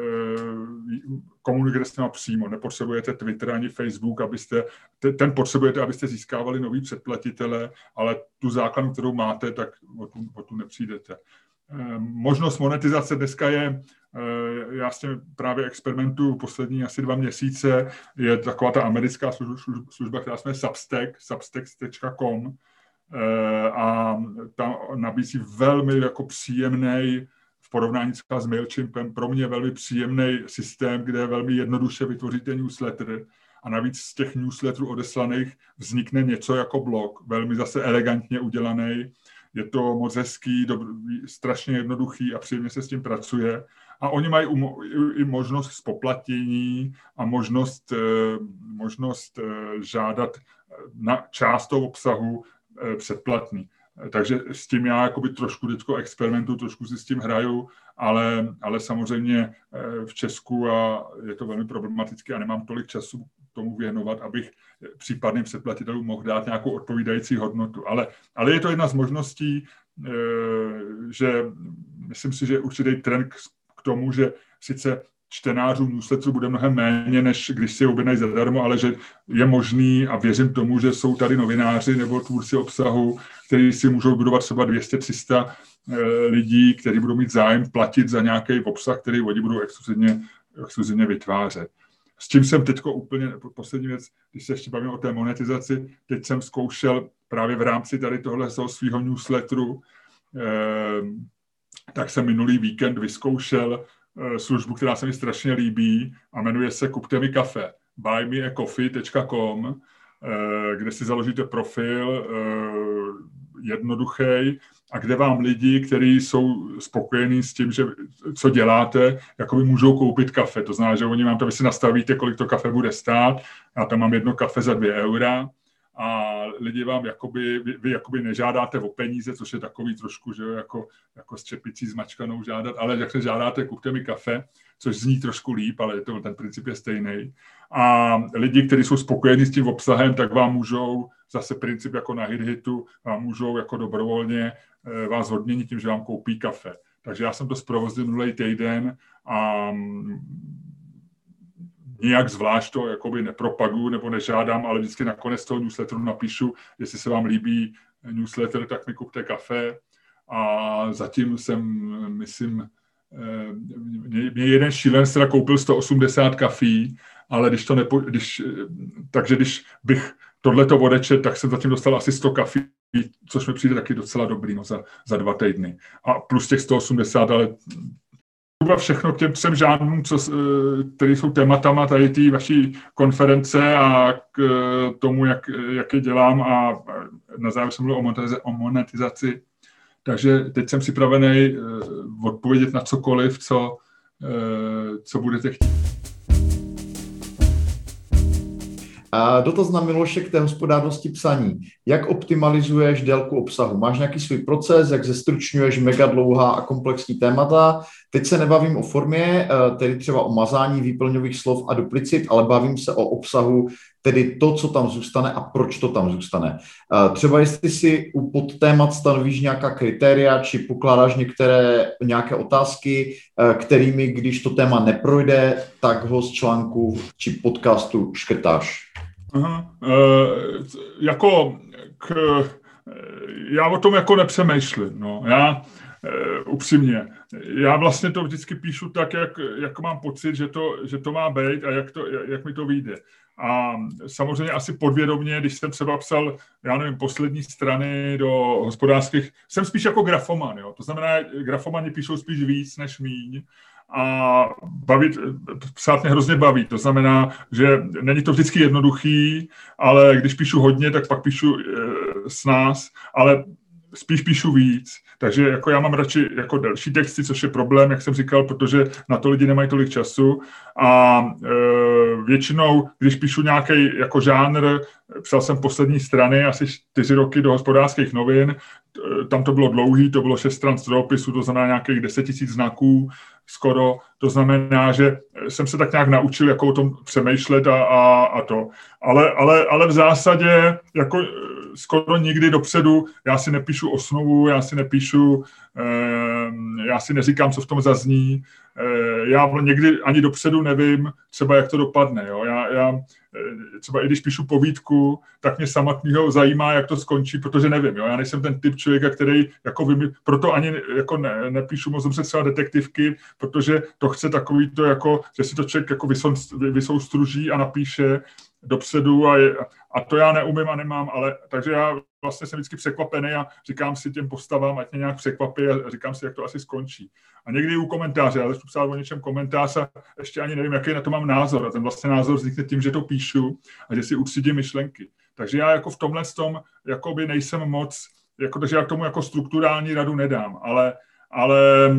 komunikujete s nimi přímo. Nepotřebujete Twitter ani Facebook, abyste, ten potřebujete, abyste získávali nový předplatitele, ale tu základnu, kterou máte, tak o tu, o tu nepřijdete. Možnost monetizace dneska je, já s tím právě experimentuju poslední asi dva měsíce, je taková ta americká služba, která se jmenuje Substack, substack tečka com a tam nabízí velmi jako příjemný, v porovnání s Mailchimpem, pro mě velmi příjemný systém, kde velmi jednoduše vytvoříte newsletter a navíc z těch newsletterů odeslaných vznikne něco jako blog, velmi zase elegantně udělaný. Je to moc hezký, dobrý, strašně jednoduchý a příjemně se s tím pracuje. A oni mají i možnost spoplatnění a možnost, možnost žádat na část toho obsahu předplatný. Takže s tím já jakoby trošku teďko experimentuju, trošku si s tím hraju, ale, ale samozřejmě v Česku a je to velmi problematické a nemám tolik času tomu věnovat, abych případným předplatitelům mohl dát nějakou odpovídající hodnotu. Ale, ale je to jedna z možností, že myslím si, že je určitý trend k tomu, že sice čtenářů newsletteru bude mnohem méně, než když si je objednají zadarmo, ale že je možný a věřím tomu, že jsou tady novináři nebo tvůrci obsahu, kteří si můžou budovat třeba dvě stě tři sta lidí, kteří budou mít zájem platit za nějaký obsah, který oni budou exkluzivně, exkluzivně vytvářet. S čím jsem teďko úplně, poslední věc, když se ještě bavím o té monetizaci, teď jsem zkoušel právě v rámci tady tohle svého newsletteru, eh, tak jsem minulý víkend vyzkoušel službu, která se mi strašně líbí a jmenuje se Kupte mi kafe. buy me a coffee tečka com, kde si založíte profil jednoduchý a kde vám lidi, kteří jsou spokojení s tím, že co děláte, jakoby můžou koupit kafe. To znamená, že oni vám to, vy si nastavíte, kolik to kafe bude stát. Já tam mám jedno kafe za dvě eura a lidi vám jakoby, vy, vy jakoby nežádáte o peníze, což je takový trošku, že jo, jako, jako s čepicí zmačkanou žádat, ale jak se žádáte, kupte mi kafe, což zní trošku líp, ale to, ten princip je stejný. A lidi, kteří jsou spokojení s tím obsahem, tak vám můžou, zase princip jako na HitHitu, vám můžou jako dobrovolně vás odměnit tím, že vám koupí kafe. Takže já jsem to zprovoznil minulý týden a nijak zvlášť to jakoby nepropaguju nebo nežádám, ale vždycky nakonec toho newsletteru napíšu, jestli se vám líbí newsletter, tak mi kupte kafe. A zatím jsem, myslím, mě, mě jeden šílenec teda koupil sto osmdesát kafí, ale když to nepo, když, takže když bych tohleto odečet, tak jsem zatím dostal asi sto kafí, což mi přijde taky docela dobrý, no, za, za dva týdny. A plus těch sto osmdesát, ale třeba všechno k těm třem žánrům, co, které jsou tématama tady té vaší konference a k tomu, jak, jak je dělám a na závěr jsem mluvil o monetizaci. Takže teď jsem připravený odpovědět na cokoliv, co, co budete chtít. A dotaz na Miloše k té hospodárnosti psaní. Jak optimalizuješ délku obsahu? Máš nějaký svůj proces, jak zestručňuješ mega dlouhá a komplexní témata? Teď se nebavím o formě, tedy třeba o mazání výplňových slov a duplicit, ale bavím se o obsahu, tedy to, co tam zůstane a proč to tam zůstane. Třeba jestli si u podtémat stanovíš nějaká kritéria, či pokládáš některé nějaké otázky, kterými, když to téma neprojde, tak ho z článku či podcastu škrtáš. Aha, e, jako k, já o tom jako nepřemýšlím, no, já e, upřímně, já vlastně to vždycky píšu tak, jak, jak mám pocit, že to, že to má být a jak, to, jak mi to vyjde. A samozřejmě asi podvědomě, když jsem třeba psal, já nevím, poslední strany do hospodářských, jsem spíš jako grafoman, jo, to znamená, grafomani píšou spíš víc než míň. A bavit, psát mě hrozně baví. To znamená, že není to vždycky jednoduchý, ale když píšu hodně, tak pak píšu e, s nás, ale spíš píšu víc. Takže jako já mám radši jako delší texty, což je problém, jak jsem říkal, protože na to lidi nemají tolik času. A e, většinou, když píšu nějaký jako žánr, psal jsem poslední strany, asi čtyři roky do hospodářských novin, tam to bylo dlouhý, to bylo šest stran strojoopisu, to znamená nějakých deset tisíc znaků skoro, to znamená, že jsem se tak nějak naučil, jako o tom přemýšlet a, a, a to. Ale, ale, ale v zásadě jako skoro nikdy dopředu, já si nepíšu osnovu, já si nepíšu, eh, já si neříkám, co v tom zazní, eh, já někdy ani dopředu nevím, třeba jak to dopadne. Jo? Já, já třeba i když píšu povídku, tak mě samotného zajímá, jak to skončí, protože nevím. Jo? Já nejsem ten typ člověka, který jako vymí, proto ani jako ne, nepíšu moc dobře třeba detektivky, protože to chce takový to, jako, že si to člověk jako vysoustruží a napíše dopředu a, je, a to já neumím a nemám, ale takže já vlastně jsem vždycky překvapený a říkám si těm postavám, ať mě nějak překvapí a říkám si, jak to asi skončí. A někdy u komentáře, já začnu psát o něčem komentář a ještě ani nevím, jaký na to mám názor. A ten vlastně názor vznikne tím, že to píšu a že si utřídím myšlenky. Takže já jako v tomhle tom jakoby nejsem moc, jako, takže já k tomu jako strukturální radu nedám, ale, ale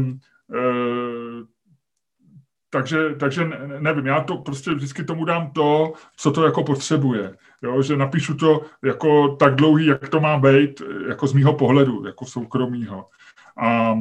e, Takže, takže nevím, já to prostě vždycky tomu dám to, co to jako potřebuje. Jo? Že napíšu to jako tak dlouhý, jak to má být, jako z mýho pohledu, jako soukromýho. A,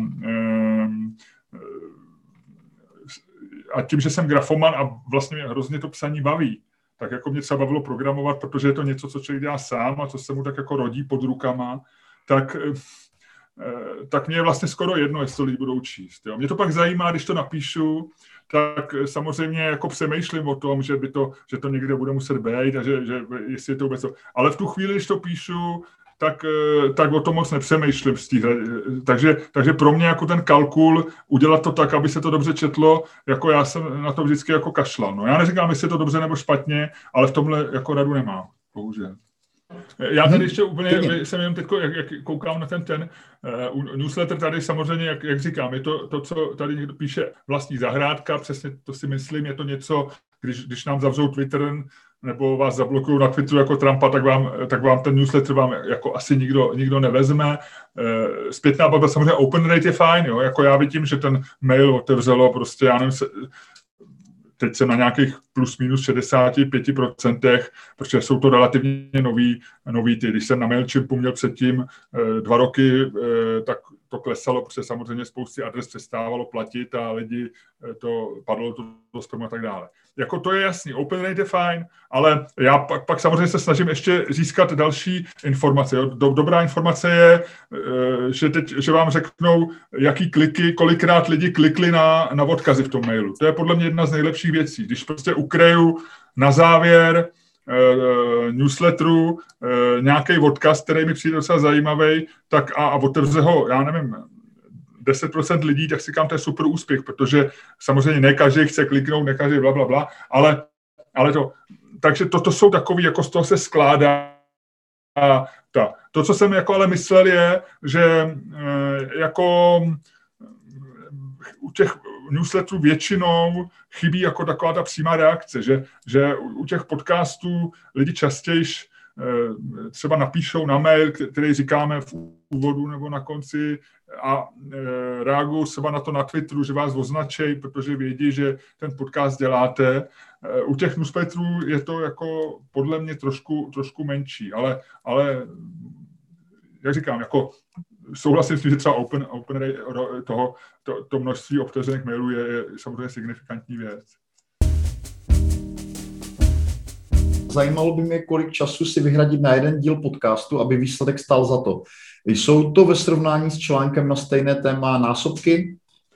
a tím, že jsem grafoman a vlastně mě hrozně to psaní baví, tak jako mě třeba bavilo programovat, protože je to něco, co člověk dělá sám a co se mu tak jako rodí pod rukama, tak... tak mě je vlastně skoro jedno, jestli to lidi budou číst. Jo. Mě to pak zajímá, když to napíšu, tak samozřejmě jako přemýšlím o tom, že by to, že to někde bude muset být a že, že jestli je to vůbec to. Ale v tu chvíli, když to píšu, tak, tak o tom moc nepřemýšlím. Takže, takže pro mě jako ten kalkul, udělat to tak, aby se to dobře četlo, jako já jsem na to vždycky jako kašlal. No, já neříkám, jestli je to dobře nebo špatně, ale v tomhle jako radu nemám, bohužel. Já tady ještě úplně, jsem jenom teď, jak, jak koukám na ten, ten uh, newsletter tady samozřejmě, jak, jak říkám, je to to, co tady někdo píše vlastní zahrádka, přesně to si myslím, je to něco, když, když nám zavřou Twitter nebo vás zablokují na Twitteru jako Trumpa, tak vám, tak vám ten newsletter vám jako asi nikdo, nikdo nevezme. Zpětná vazba samozřejmě open rate je fajn, jo? Jako já vidím, že ten mail otevřelo prostě, já nevím, se, teď jsem na nějakých plus minus šedesát pět procent, protože jsou to relativně nový, nový ty. Když jsem na MailChimpu měl předtím dva roky, tak to klesalo, protože samozřejmě spousty adres přestávalo platit a lidi to padlo to do spamu a tak dále. Jako to je jasný, open rate je fajn, ale já pak, pak samozřejmě se snažím ještě získat další informace. Jo. Dobrá informace je, že, teď, že vám řeknou, jaký kliky, kolikrát lidi klikli na, na odkazy v tom mailu. To je podle mě jedna z nejlepších věcí. Když prostě ukryju na závěr Uh, newsletteru uh, nějaký odkaz, který mi přijde docela zajímavý, tak a, a otevře ho, já nevím, deset procent lidí, tak si říkám, to je super úspěch, protože samozřejmě ne každý chce kliknout, ne každý bla, bla, bla, ale, ale to, takže toto jsou takový, jako z toho se skládá ta. To, co jsem jako ale myslel je, že uh, jako u těch newsletterů většinou chybí jako taková ta přímá reakce, že, že u těch podcastů lidi častěji třeba napíšou na mail, který říkáme v úvodu nebo na konci a reagují třeba na to na Twitteru, že vás označí, protože vědí, že ten podcast děláte. U těch newsletterů je to jako podle mě trošku, trošku menší, ale, ale jak říkám, jako souhlasím s tím, že třeba open, open toho, to, to množství otevřených mailů je, je samozřejmě signifikantní věc. Zajímalo by mě, kolik času si vyhradit na jeden díl podcastu, aby výsledek stál za to. Jsou to ve srovnání s článkem na stejné téma násobky?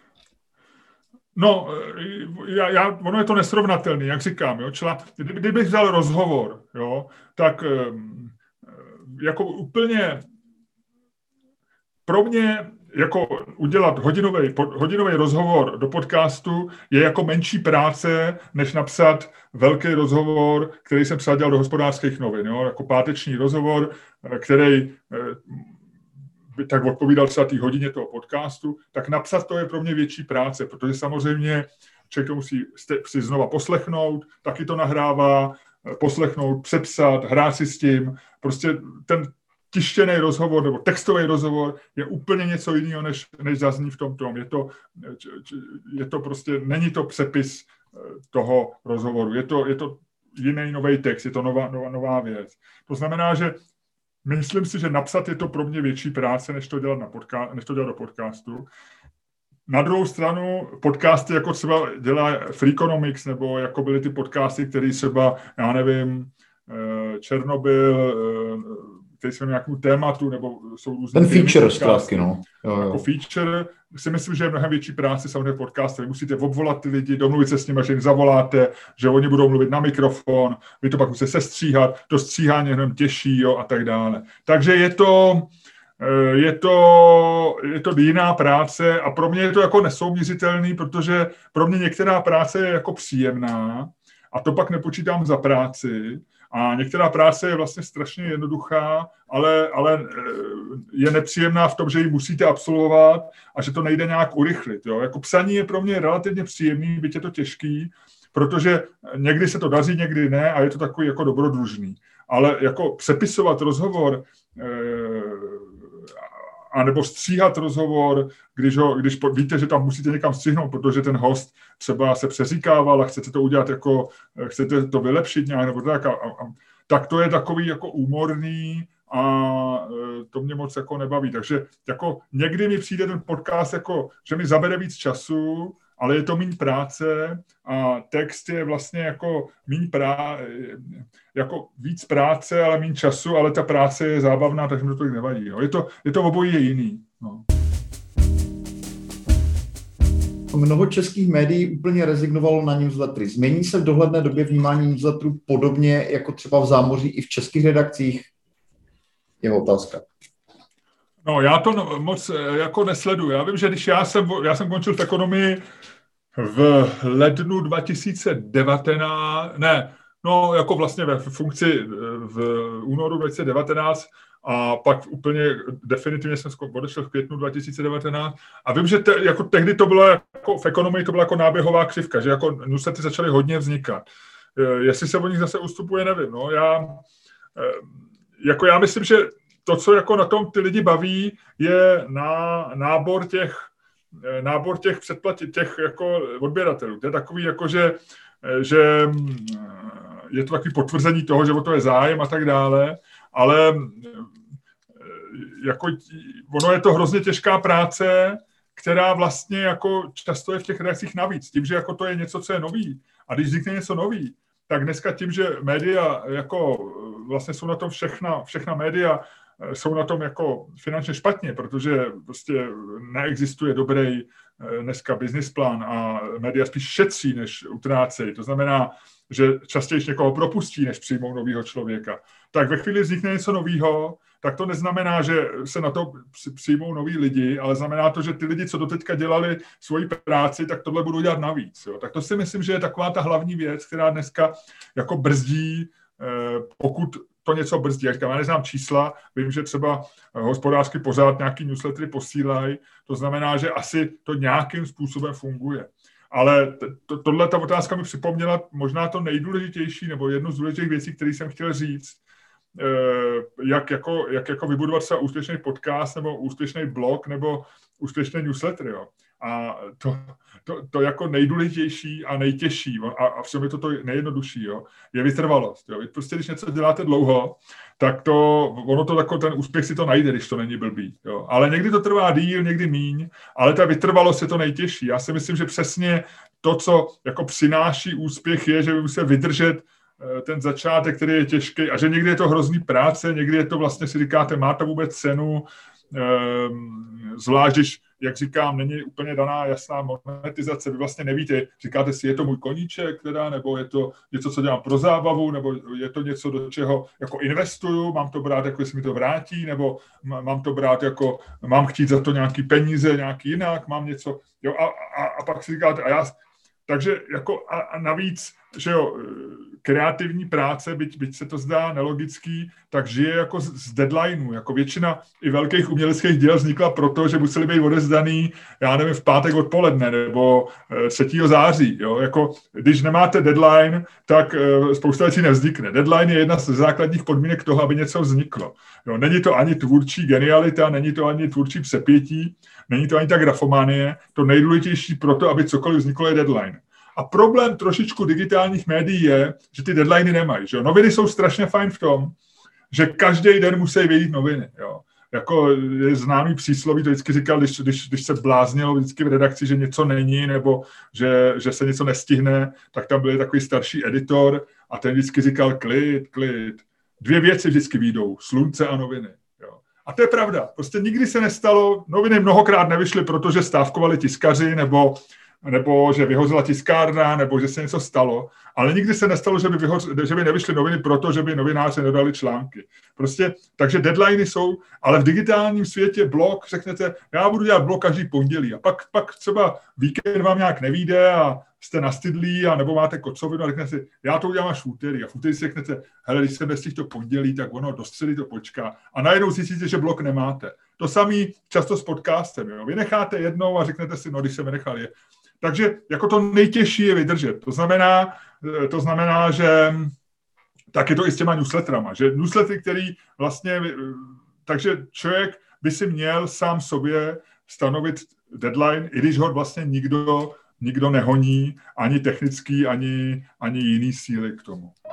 No, já, já, ono je to nesrovnatelný, jak říkám. Jo? Člán, kdybych vzal rozhovor, jo, tak jako úplně pro mě jako udělat hodinový, hodinový rozhovor do podcastu je jako menší práce, než napsat velký rozhovor, který jsem psal do Hospodářských novin. Jo? Jako páteční rozhovor, který by tak odpovídal třeba té hodině toho podcastu, tak napsat to je pro mě větší práce, protože samozřejmě člověk to musí si znova poslechnout, taky to nahrává, poslechnout, přepsat, hrát si s tím. Prostě ten tištěný rozhovor nebo textový rozhovor je úplně něco jiného, než, než zazní v tom tom. Je to, je to prostě, není to přepis toho rozhovoru, je to, je to jiný nový text, je to nová, nová, nová věc. To znamená, že myslím si, že napsat je to pro mě větší práce, než to dělat, na podca- než to dělat do podcastu. Na druhou stranu podcasty, jako třeba dělá Freakonomics, nebo jako byly ty podcasty, které třeba, já nevím, Černobyl, který jsme nějakou tématu, nebo jsou různé... Ten feature zkrátky, no. Jo, jo. Jako feature si myslím, že je mnohem větší práce samozřejmě v podcastu. Vy musíte obvolat ty lidi, domluvit se s nimi, že jim zavoláte, že oni budou mluvit na mikrofon, vy to pak musíte sestříhat, to stříhání je těžší, jo, a tak dále. Takže je to, je to, je to jiná práce a pro mě je to jako nesouměřitelný, protože pro mě některá práce je jako příjemná a to pak nepočítám za práci. A některá práce je vlastně strašně jednoduchá, ale, ale je nepříjemná v tom, že ji musíte absolvovat a že to nejde nějak urychlit. Jo? Jako psaní je pro mě relativně příjemný, byť je to těžký, protože někdy se to daří, někdy ne a je to takový jako dobrodružný. Ale jako přepisovat rozhovor a nebo stříhat rozhovor, když, ho, když víte, že tam musíte někam střihnout, protože ten host třeba se přeříkával a chcete to udělat jako, chcete to vylepšit nějak, nebo tak, a, a, tak to je takový jako úmorný a to mě moc jako nebaví. Takže jako někdy mi přijde ten podcast jako, že mi zabere víc času, ale je to míň práce a text je vlastně jako míň prá, jako víc práce, ale míň času, ale ta práce je zábavná, takže mi to nevadí. Jo. Je to, je to obojí je jiný. No. Mnoho českých médií úplně rezignovalo na newslettery. Změní se v dohledné době vnímání newsletterů podobně jako třeba v zámoří i v českých redakcích? Jeho otázka. No, já to moc jako nesleduju. Já vím, že když já jsem, já jsem končil v ekonomii v lednu dva tisíce devatenáct, ne, No, jako vlastně ve funkci v únoru dva tisíce devatenáct a pak úplně definitivně jsem odešel v květnu dva tisíce devatenáct a vím, že te, jako tehdy to bylo jako v ekonomii to byla jako náběhová křivka, že jako newsletters začaly hodně vznikat. Jestli se o nich zase ustupuje, nevím. No, já, jako já myslím, že to, co jako na tom ty lidi baví, je na nábor těch nábor těch předplatit, těch jako odběratelů. To je takový jako, že, že je to takový potvrzení toho, že o to je zájem a tak dále, ale jako ono je to hrozně těžká práce, která vlastně jako často je v těch redakcích navíc. Tím, že jako to je něco, co je nový. A když vznikne něco nový, tak dneska tím, že média jako vlastně jsou na tom všechna, všechna média jsou na tom jako finančně špatně, protože prostě neexistuje dobrý dneska business plán a média spíš šetří, než utrácejí. To znamená, že častěji někoho propustí, než přijmou nového člověka. Tak ve chvíli vznikne něco nového, tak to neznamená, že se na to přijmou noví lidi, ale znamená to, že ty lidi, co doteďka dělali svoji práci, tak tohle budou dělat navíc. Jo. Tak to si myslím, že je taková ta hlavní věc, která dneska jako brzdí, pokud to něco brzdí. Já říkám, já neznám čísla, vím, že třeba hospodářsky pořád nějaký newslettery posílají, to znamená, že asi to nějakým způsobem funguje. Ale to, tohle ta otázka mi připomněla možná to nejdůležitější, nebo jednu z důležitých věcí, které jsem chtěl říct, jak jako, jak jako vybudovat se úspěšný podcast, nebo úspěšný blog, nebo úspěšný newsletter. Jo. A to, to, to jako nejdůležitější a nejtěžší, a, a všem je to to nejjednodušší, jo, je vytrvalost. Jo. Prostě když něco děláte dlouho, tak to, ono to jako ten úspěch si to najde, když to není blbý. Jo. Ale někdy to trvá díl, někdy míň, ale ta vytrvalost je to nejtěžší. Já si myslím, že přesně to, co jako přináší úspěch, je, že vy musíte vydržet ten začátek, který je těžký, a že někdy je to hrozný práce, někdy je to vlastně, si říkáte, má to vůbec cenu, zvlášť, když, jak říkám, není úplně daná jasná monetizace, vy vlastně nevíte, říkáte si, je to můj koníček, teda, nebo je to něco, co dělám pro zábavu, nebo je to něco, do čeho jako investuju, mám to brát, jako jestli mi to vrátí, nebo mám to brát jako, mám chtít za to nějaký peníze, nějaký jinak, mám něco, jo, a, a, a pak si říkáte, a já, takže jako a, a navíc, že jo, kreativní práce, byť, byť se to zdá nelogický, tak žije jako z, z deadlineu. Jako většina i velkých uměleckých děl vznikla proto, že museli být odevzdaný, já nevím, v pátek odpoledne nebo třetího září. Jo? Jako, když nemáte deadline, tak spousta věcí nevznikne. Deadline je jedna z základních podmínek toho, aby něco vzniklo. Jo? Není to ani tvůrčí genialita, není to ani tvůrčí přepětí, není to ani ta grafomanie. To nejdůležitější pro to, aby cokoliv vzniklo, je deadline. A problém trošičku digitálních médií je, že ty deadliny nemají. Že jo? Noviny jsou strašně fajn v tom, že každý den musí vyjít noviny. Jo? Jako je známý přísloví, to vždycky říkal, když, když, když se bláznilo vždycky v redakci, že něco není, nebo že, že se něco nestihne, tak tam byl takový starší editor a ten vždycky říkal klid, klid. Dvě věci vždycky vyjdou, slunce a noviny. Jo? A to je pravda. Prostě nikdy se nestalo, noviny mnohokrát nevyšly, protože stávkovali tiskaři, nebo nebo že vyhořela tiskárna, nebo že se něco stalo, ale nikdy se nestalo, že by, vyhoř, že by nevyšly noviny proto, že by novináři nedali články. Prostě, takže deadliny jsou, ale v digitálním světě blog, řeknete, já budu dělat blog každý pondělí a pak, pak třeba víkend vám nějak nevyjde a jste nastydlí, a nebo máte kocovinu a řeknete si, já to udělám až v úterý. A v úterý si řeknete, hele, když jsem bez to pondělí, tak ono do středy to počká. A najednou zjistíte, že blog nemáte. To samý často s podcastem. Jo. Vy necháte jednou a řeknete si, no, když jsem nechal je. Takže jako to nejtěžší je vydržet. To znamená, to znamená, že tak je to i s těma newsletterama, že newslettery, který vlastně, takže člověk by si měl sám sobě stanovit deadline, i když ho vlastně nikdo, nikdo nehoní, ani technický, ani, ani jiný síly k tomu.